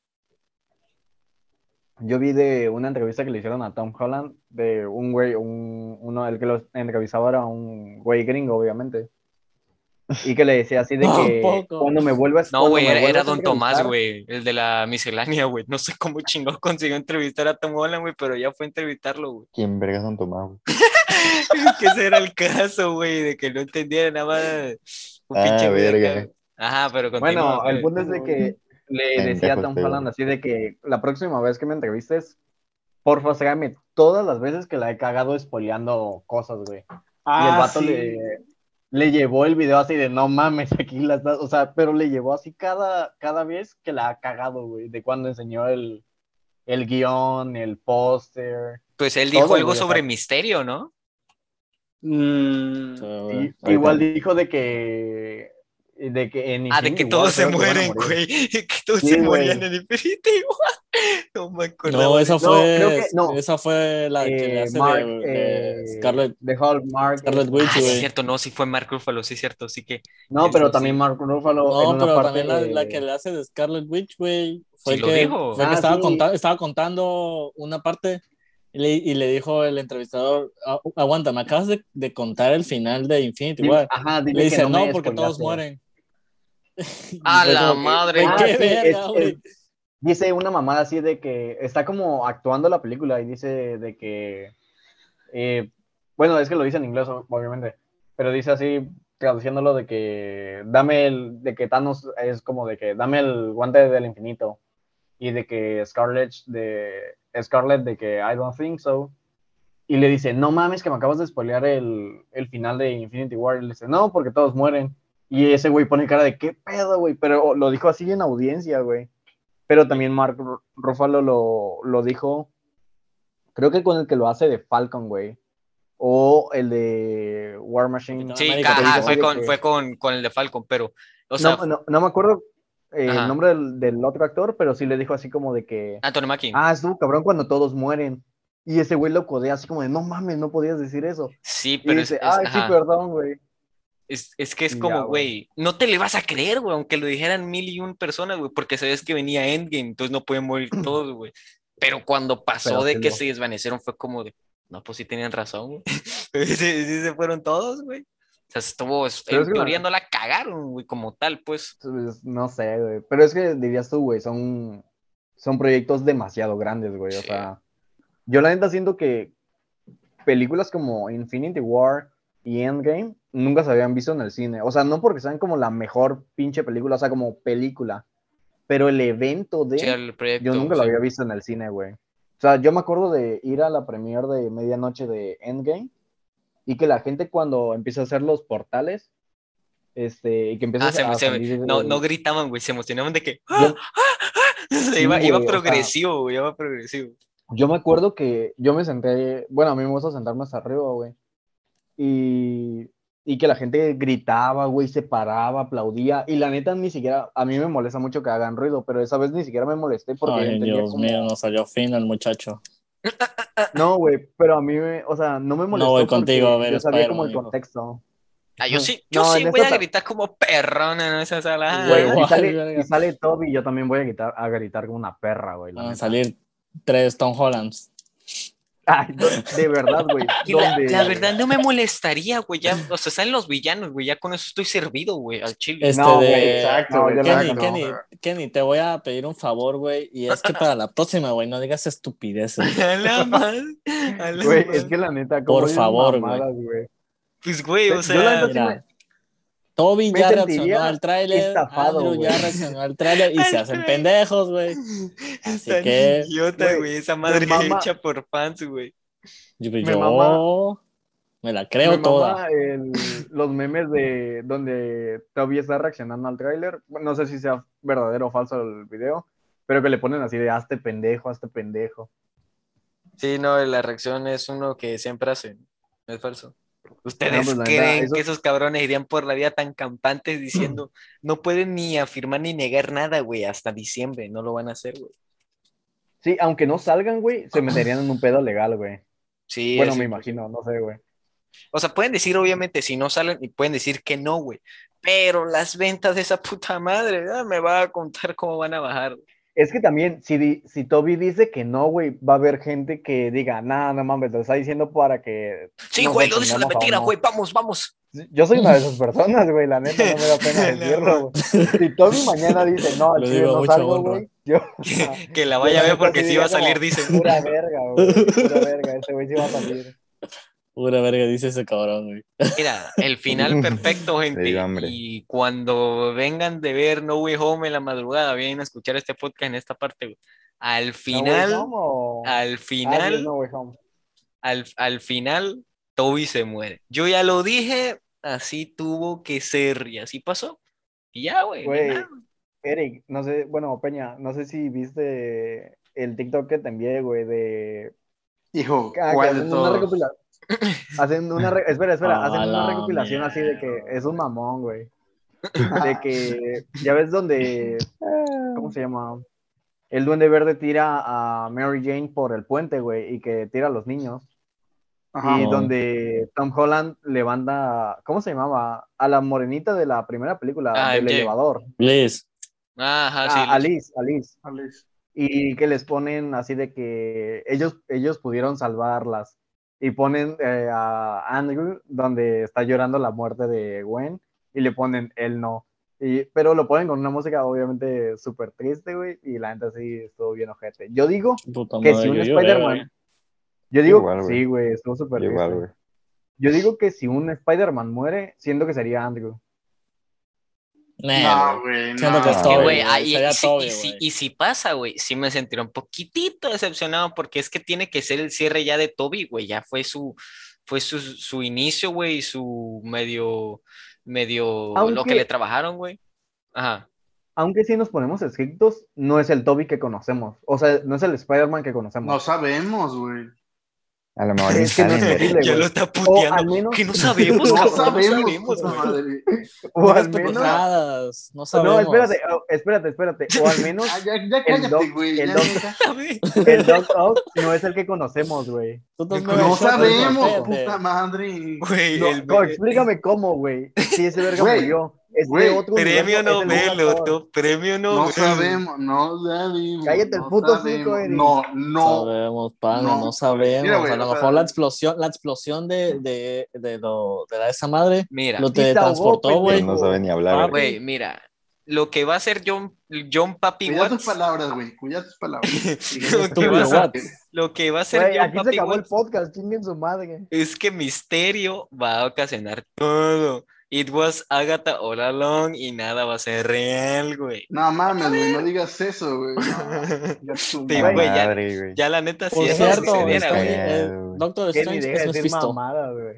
Yo vi de una entrevista que le hicieron a Tom Holland de un güey, uno, el que lo entrevistaba era un güey gringo, obviamente. Y que le decía así de que Tampoco. No, cuando güey, me era vuelvas a Don Tomás, entrevistar, güey, el de la miscelánea, güey. No sé cómo chingón consiguió entrevistar a Tom Holland, güey, pero ya fue a entrevistarlo, güey. ¿Quién verga Don Tomás, güey? Es que ese era el caso, güey, de que no entendiera nada más un pinche Ah, güey acá. verga. Ajá, pero continúa, bueno, el pues. punto es de que le decía a Pendejo Tom este, Holland güey. así de que la próxima vez que me entrevistes, porfa, ségame todas las veces que la he cagado spoileando cosas, güey. Y el vato Sí. le llevó el video así de no mames, aquí la estás, o sea, pero le llevó así cada vez que la ha cagado, güey, de cuando enseñó el guión, el póster, Pues él dijo todo, algo güey, o sea, sobre misterio, ¿no? Sí, güey. y, Ahorita, igual dijo de que en Ah, de que Infinity todos War se creo que van a mueren, morir. güey. Que todos se Sí, morían güey. en Infinity War. No me No, acordaba de eso. No, creo que, no, esa fue la que le hace Mark, de Scarlet, de Hulk, Mark, Scarlet Witch, Ah, sí, es güey. cierto, no, sí fue Mark Ruffalo, sí, es cierto, sí que no, él pero sí, también sí, Mark Ruffalo en No, una pero también la que parte, le hace de Scarlet Witch, güey, sí lo dijo. fue que sí, estaba contando una parte y le dijo el entrevistador, Aguanta, me acabas de contar el final de Infinity War. ajá, Le dime que dice, no no, me porque todos spoileaste. mueren. Y A fue la como que, madre, güey, no. qué Sí, verga, güey. dice una mamada así de que está como actuando la película y dice de que, eh, bueno, es que lo dice en inglés, obviamente, pero dice así, traduciéndolo de que Thanos es como de que dame el guante del infinito y de que Scarlet de que I don't think so. Y le dice, no mames, que me acabas de spoilear el final de Infinity War. Y le dice, no, porque todos mueren. Y ese güey pone cara de, ¿qué pedo, güey? Pero lo dijo así en audiencia, güey. Pero también Mark Ruffalo lo dijo, creo que con el que lo hace de Falcon, güey. O el de War Machine, Capitán Sí, América que dice ajá, así tampoco. de que, con el de Falcon, pero, o sea, no me acuerdo el ajá, nombre del otro actor, pero sí le dijo así como de que, Anthony Mackie. ah, estuvo cabrón cuando todos mueren. Y ese güey lo codea así como de, no mames, no podías decir eso. Sí, Y pero dice, ay, sí, ajá. perdón, güey. Es que es Y como, ya, güey. güey, no te le vas a creer, güey, aunque lo dijeran 1001 personas, güey, porque sabes que venía Endgame, entonces no pueden morir todos, güey. Pero cuando pasó Pero de sí que lo... se desvanecieron fue como de, no, pues sí tenían razón, güey. Sí se fueron todos, güey. O sea, estuvo, Pero en es que teoría no la cagaron, güey, como tal, pues. pues, no sé, güey. Pero es que dirías tú, güey, son proyectos demasiado grandes, güey. O Sí. sea, yo la neta siento que películas como Infinity War y Endgame nunca se habían visto en el cine. O sea, no porque sean como la mejor pinche película, o sea, como película, pero el evento Sí, de, el yo proyecto, nunca lo sí. había visto en el cine, güey. O sea, yo me acuerdo de ir a la premiere de medianoche de Endgame y que la gente cuando empieza a hacer los portales, y que Ah, empieza a salir no gritaban, güey, se emocionaban de que, ¡ah! yo, Iba, sí, iba güey, o sea, progresivo, güey, iba progresivo. yo me acuerdo que yo me senté, bueno, a mí me gusta sentarme hasta arriba, güey. Y, y que la gente gritaba, güey, se paraba, aplaudía. Y la neta, ni siquiera, a mí me molesta mucho que hagan ruido, pero esa vez ni siquiera me molesté porque yo Ay, entendía Dios mío, como, nos salió fino el muchacho. no, güey, pero a mí, o sea, no me No voy molestó contigo a porque ver yo sabía como Spider-Man, el hijo. contexto. Ah, yo No, sí en voy esta, a gritar como perrona en esa Yo güey, sala. si igual, sale, si verga. sale Toby, yo también voy a gritar como una perra, güey, la Van a neta. salir 3 Tom Hollands. Ay, de verdad, güey, Y la donde... verdad no me molestaría, güey, ya, o sea, salen los villanos, güey, ya con eso estoy servido, güey, al chile. Este No, güey, de Exacto, no, güey, yo la neta Kenny, no. exacto. Kenny, te voy a pedir un favor, güey, y es que para la próxima, güey, no digas estupideces, güey. A la más, a la Güey, es más. que la neta, como Por dices favor, güey. mamadas, güey. Pues, güey, o Yo la sea, neta sí Mira, Toby me ya reaccionó sentiría al tráiler, estafado, Andrew güey. ya reaccionó al tráiler y se al hacen trailer. pendejos, güey. Así Tan que idiota, Güey, güey, esa me madre mama, hecha por fans, güey. me mama, yo me la me creo toda. mama los memes de donde Toby está reaccionando al tráiler. Bueno, no sé si sea verdadero o falso el video, pero que le ponen así de hazte pendejo, hazte pendejo. Sí, no, la reacción es uno que siempre hacen, es falso. No, ¿Ustedes pues la neta, creen que eso, esos cabrones irían por la vida tan campantes diciendo, no pueden ni afirmar ni negar nada, güey, hasta diciembre, no lo van a hacer, güey? sí, aunque no salgan, güey, se meterían en un pedo legal, güey. Sí, Bueno, es me imposible. imagino, no sé, güey. O sea, pueden decir obviamente si no salen y pueden decir que no, güey, pero las ventas de esa puta madre, me va a contar cómo van a bajar. Es que también, si Toby dice que no, güey, va a haber gente que diga, nah, no mames, lo está diciendo para que Sí, nos güey, lo dices la sorprendamos aún mentira, güey, más. vamos, vamos. Yo soy una de esas personas, güey, la neta, no me da pena Nada decirlo, más. güey. Si Toby mañana dice, no, al Lo chile digo a no mucha salgo, honra. güey, yo, Que la yo vaya a la ver neta porque sí sí va diría a salir, como, dicen. pura verga, güey, pura verga, este güey sí va a salir. Pura verga, dice ese cabrón, güey. Mira, el final perfecto, Le dio gente. hambre. Y cuando vengan de ver No Way Home en la madrugada, vienen a escuchar este podcast en esta parte, güey. Al ¿No Way final, Home o...? al Ah, sí, es final, No Way Home. al final, Toby se muere. Yo ya lo dije, así tuvo que ser y así pasó. Y ya, güey, ni nada. Güey, Eric, no sé, bueno, Peña, no sé si viste el TikTok que te envié, güey, de Hijo, que ¿cuál de hacen una todos? recopilación, espera, hacen A una la recopilación así de que mierda. es un mamón, güey, de que, ya ves donde, ¿cómo se llama? El Duende Verde tira a Mary Jane por el puente, güey, y que tira a los niños, y Ajá. No. donde Tom Holland levanta, ¿cómo se llamaba? A la morenita de la primera película, Ah, del MJ. elevador, Liz. Ajá, sí, a Liz. Alice. Alice. Y que les ponen así de que ellos pudieron salvarlas. Y ponen a Andrew donde está llorando la muerte de Gwen y le ponen él no. Pero lo ponen con una música obviamente súper triste, güey, y la gente sí estuvo bien ojete. Yo digo Puta que si madre, un yo lloré, güey. Spider-Man, yo Yo digo, igual, güey. sí, güey, estuvo súper Yo igual, triste. güey. Yo digo que si un Spider-Man muere, siento que sería Andrew. Nel, No, güey. güey, Siento que no. es Es que, Toby, güey, güey. güey. Sería Toby, y güey. si pasa, güey, sí me sentiré un poquitito decepcionado porque es que tiene que ser el cierre ya de Toby, güey, ya fue su inicio, güey, y su medio, lo que le Aunque, trabajaron, güey. Ajá. aunque si nos ponemos estrictos, no es el Toby que conocemos. O sea, no es el Spider-Man que No conocemos. sabemos, güey. A lo mejor ni Es que no salen es de posible, Ya güey. lo está O al puteando. menos, Que no sabemos, No cabrón, sabemos, puta güey. madre. o Digas al menos, pendejadas, no no, sabemos. espérate, o al menos Ah, ya el cállate, Doc, güey. el Ya, Doc, neta. el Doc Ock no es el que conocemos, güey. Tú estás No muy No shot, sabemos, cállate. puta madre. Güey, No, el explícame cómo, güey. Si ese verga Güey, murió. Este güey, otro premio universo es el Nobel, mismo actor. Otto, premio No Nobel. sabemos, no sabemos. Cállate el no puto sabemos. hocico, Eric. No, Sabemos, pana, no. no sabemos. Mira, güey, a lo o sea, mejor la explosión de esa madre Mira, lo Y se ahogó, teletransportó, Pero güey. pendejo. no sabe ni hablar, Papi. güey. güey, mira, lo que va a hacer John Papi Cuida tus Watts, palabras, güey. Cuida tus palabras. lo que va a Estúpido, hacer, what? lo que va a hacer Güey, John aquí se Papi acabó el Watts podcast. Chinguen su madre. es que Misterio va a ocasionar todo. It was Agatha all along y nada va a ser real, güey. No mames, güey. No digas eso, güey. No, ya tu Sí, La madre. güey, madre, güey. ya la neta, si Por eso cierto, sucediera, está güey. ahí, Cagado, güey. Doctor Que ni Strange deja es de decir Mephisto. mamada, güey.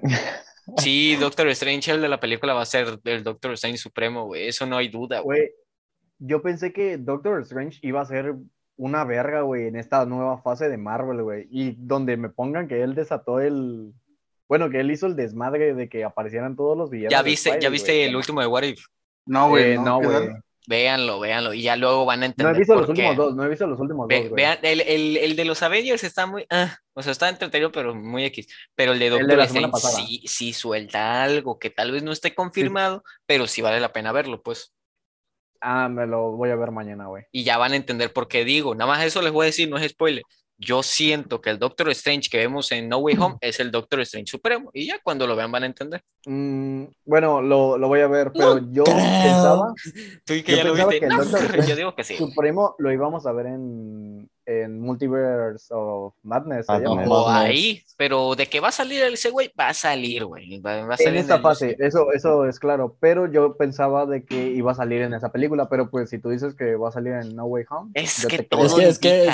Sí, Doctor Strange, el de la película, va a ser el Doctor Strange Supremo, güey. Eso no hay duda, güey. Güey, yo pensé que Doctor Strange iba a ser una verga, güey, en esta nueva fase de Marvel, güey. Y donde me pongan que él desató el... Bueno, que él hizo el desmadre de que aparecieran todos los villanos. ¿Ya de viste Spidey, el güey. último de What If? No, güey. No, No, ¿qué güey. tal? Véanlo, y ya luego van a No he entender visto por los últimos qué. dos, no he visto los últimos dos, güey. Vean, el de los Avengers está muy, o sea, está entretenido, pero muy X. Pero el de El de Doctor la semana Strange pasada. sí suelta algo que tal vez no esté confirmado, pero sí vale la pena verlo, pues. Ah, me lo voy a ver mañana, güey. Y ya van a entender por qué digo. Nada más eso les voy a decir, no es spoiler. Yo siento que el Doctor Strange que vemos en No Way Home es el Doctor Strange Supremo. Y ya cuando lo vean van a entender. Bueno, lo voy a ver, pero yo creo. pensaba Tú y que Yo ya lo pensaba viste. que el No, Doctor yo Strange digo que sí. Supremo lo íbamos a ver en Multiverse of Madness. se llama. Madness. O Madness. ahí, pero de que va a salir ese güey, va a salir, güey. Va a En salir esta el fase, UCM. eso es claro, pero yo pensaba de que iba a salir en esa película, pero pues si tú dices que va a salir en No Way Home, Es yo que te todo creo.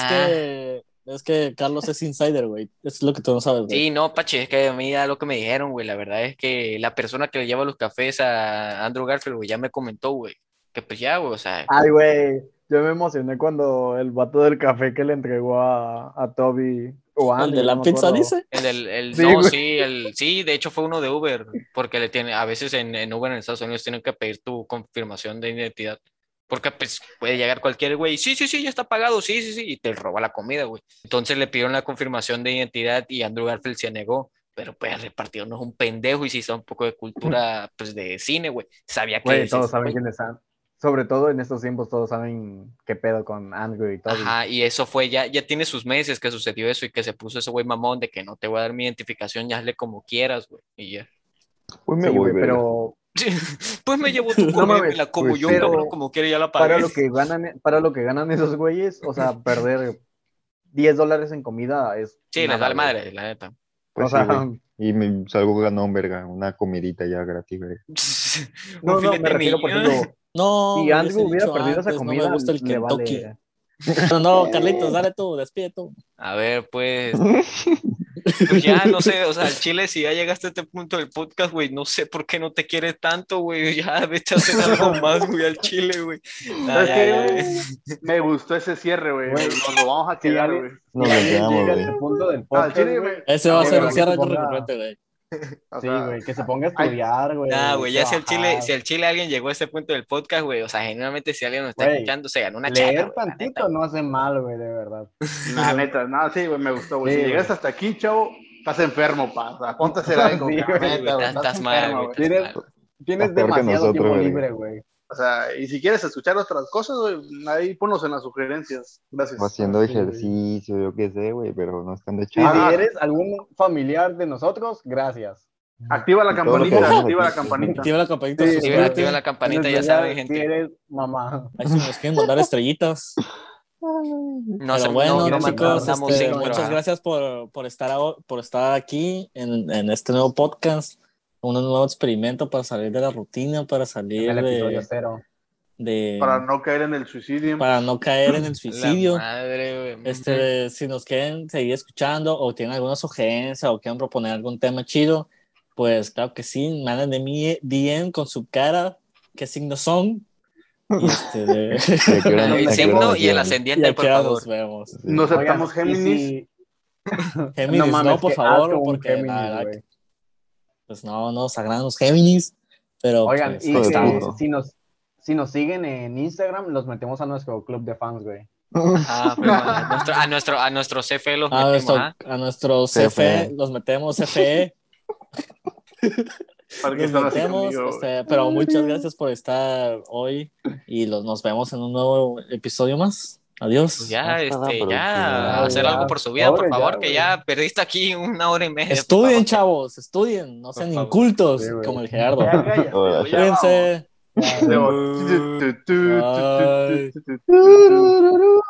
Es que Carlos es insider, güey. Es lo que tú no sabes, güey. Sí, no, Pache, es que a mí ya lo que me dijeron, güey, la verdad es que la persona que le lleva los cafés a Andrew Garfield, güey, ya me comentó, güey, que pues ya, güey, o sea, Ay, güey, yo me emocioné cuando el vato del café que le entregó a Toby o a El Andy, de la no me pizza acuerdo. dice. Sí, no, güey. sí, de hecho fue uno de Uber, porque le tiene, a veces en Uber en Estados Unidos tienen que pedir tu confirmación de identidad, porque pues puede llegar cualquier güey, sí, ya está pagado, sí, y te roba la comida, güey. Entonces le pidieron la confirmación de identidad y Andrew Garfield se negó, pero pues el repartidor no es un pendejo y sí sabe un poco de cultura, pues de cine, güey. Sabía que Güey, ese todos es, saben güey. quiénes son. Sobre todo en estos tiempos, todos saben qué pedo con Andrew y Toby. Ajá, y eso fue, ya tiene sus meses que sucedió eso y que se puso ese güey mamón de que no te voy a dar mi identificación, ya hazle como quieras, güey. Y ya. Pues me Sí, voy, güey, verga. pero Pues me llevo tu No comida, mames, me la como pues yo, sí. cabrón, Pero como quiera ya la para pagué. lo que ganan esos güeyes, o sea, perder $10 en comida es Sí, les nada, vale güey. madre, la neta. Pues O sea, sí, güey. Y me salgo ganón, verga. Una comidita ya gratis, verga. no, Un filete me refiero, por mignon. ejemplo, No, si me Andrew hubiese hubiera dicho perdido esa antes, no me comida, gusta el le Kentucky. vale. Pero no, Carlitos, dale tú, despide tú. A ver, pues ya no sé, o sea, al chile, si ya llegaste a este punto del podcast, güey, no sé por qué no te quieres tanto, güey, ya vete a hacer algo más, güey, al chile, güey. ¿Sabes Ya, qué, ya, güey? ya. Me gustó ese cierre, güey. Güey, Nos lo vamos a Si quedar, alguien, güey. Nos si lo alguien quedamos, llega a güey. este punto del Al podcast, chile, güey, güey. Ese va a de ser un verdad que cierre se ponga- recurrente, güey. O Sí, sea, güey, que se ponga a hay- estudiar, güey. Nah, güey, ya si al chile, trabajar. alguien llegó a este punto del podcast, güey, o sea, genuinamente si alguien nos está Güey, escuchando, se ganó una chela, Leer güey, la tantito neta. no hace mal, güey, de verdad. la neta, no, sí, güey, me gustó, güey. Sí, Si güey. llegaste hasta aquí, chavo, estás enfermo, pa. O sea, ponte a hacer algo, Sí, cabrón, güey. neta, güey. Estás Estás mal, enfermo, güey, güey. estás mal. Tienes peor que demasiado nosotros, tiempo verga. libre, güey. O sea, y si quieres escuchar otras cosas, güey, ahí ponlos en las sugerencias. O Gracias. haciendo Sí, güey. ejercicio, yo qué sé, güey, pero no están de Y si chile. eres algún familiar de nosotros, gracias. Activa la Y todo lo que campanita, decimos activa la aquí, campanita. Activa la campanita, Sí, suscríbete. Activa la campanita, ya saben, Si gente. eres mamá. Ahí si nos quieren mandar estrellitas. No Pero hacemos- bueno, no mandamos chicos, cinco, muchas pero- gracias por estar aquí en este nuevo podcast, un nuevo experimento para salir de la rutina, para En salir el episodio 0. Para no caer en el suicidio. para no caer en el La suicidio. madre, güey. Si nos quieren seguir escuchando o tienen alguna sugerencia o quieren proponer algún tema chido, pues claro que sí, manden de mí DM con su cara, qué signos son. Y ¿Y a qué hora El nos signo y el vieron? y ascendiente, a por qué hora favor. nos vemos. No aceptamos Géminis. Géminis, mames, no, por que favor, asco un porque Géminis, la verdad, güey. pues no nos agradan los Géminis, pero Oigan, pues y ahí de estamos. puto. si nos siguen en Instagram, los metemos a nuestro club de fans, güey. Ah, pues, a nuestro CFE los metemos, ¿ah? A nuestro CFE, CFE. los metemos, CFE, ¿Para qué los están así metemos, conmigo, güey? pero muchas gracias por estar hoy y nos vemos en un nuevo episodio más. Pues Adiós. ya, Hasta la ya, próxima. hacer algo Ya, por su vida, por sobre ya, favor, que güey. ya perdiste aquí 1 hora y media, por Estudien, favor. chavos, estudien, no Por sean favor. incultos Sí, güey. como el Gerardo. Ya cállate, Ahora, güey, ya vamos. Cuídense. Ya, Luego, güey. Bye. tu.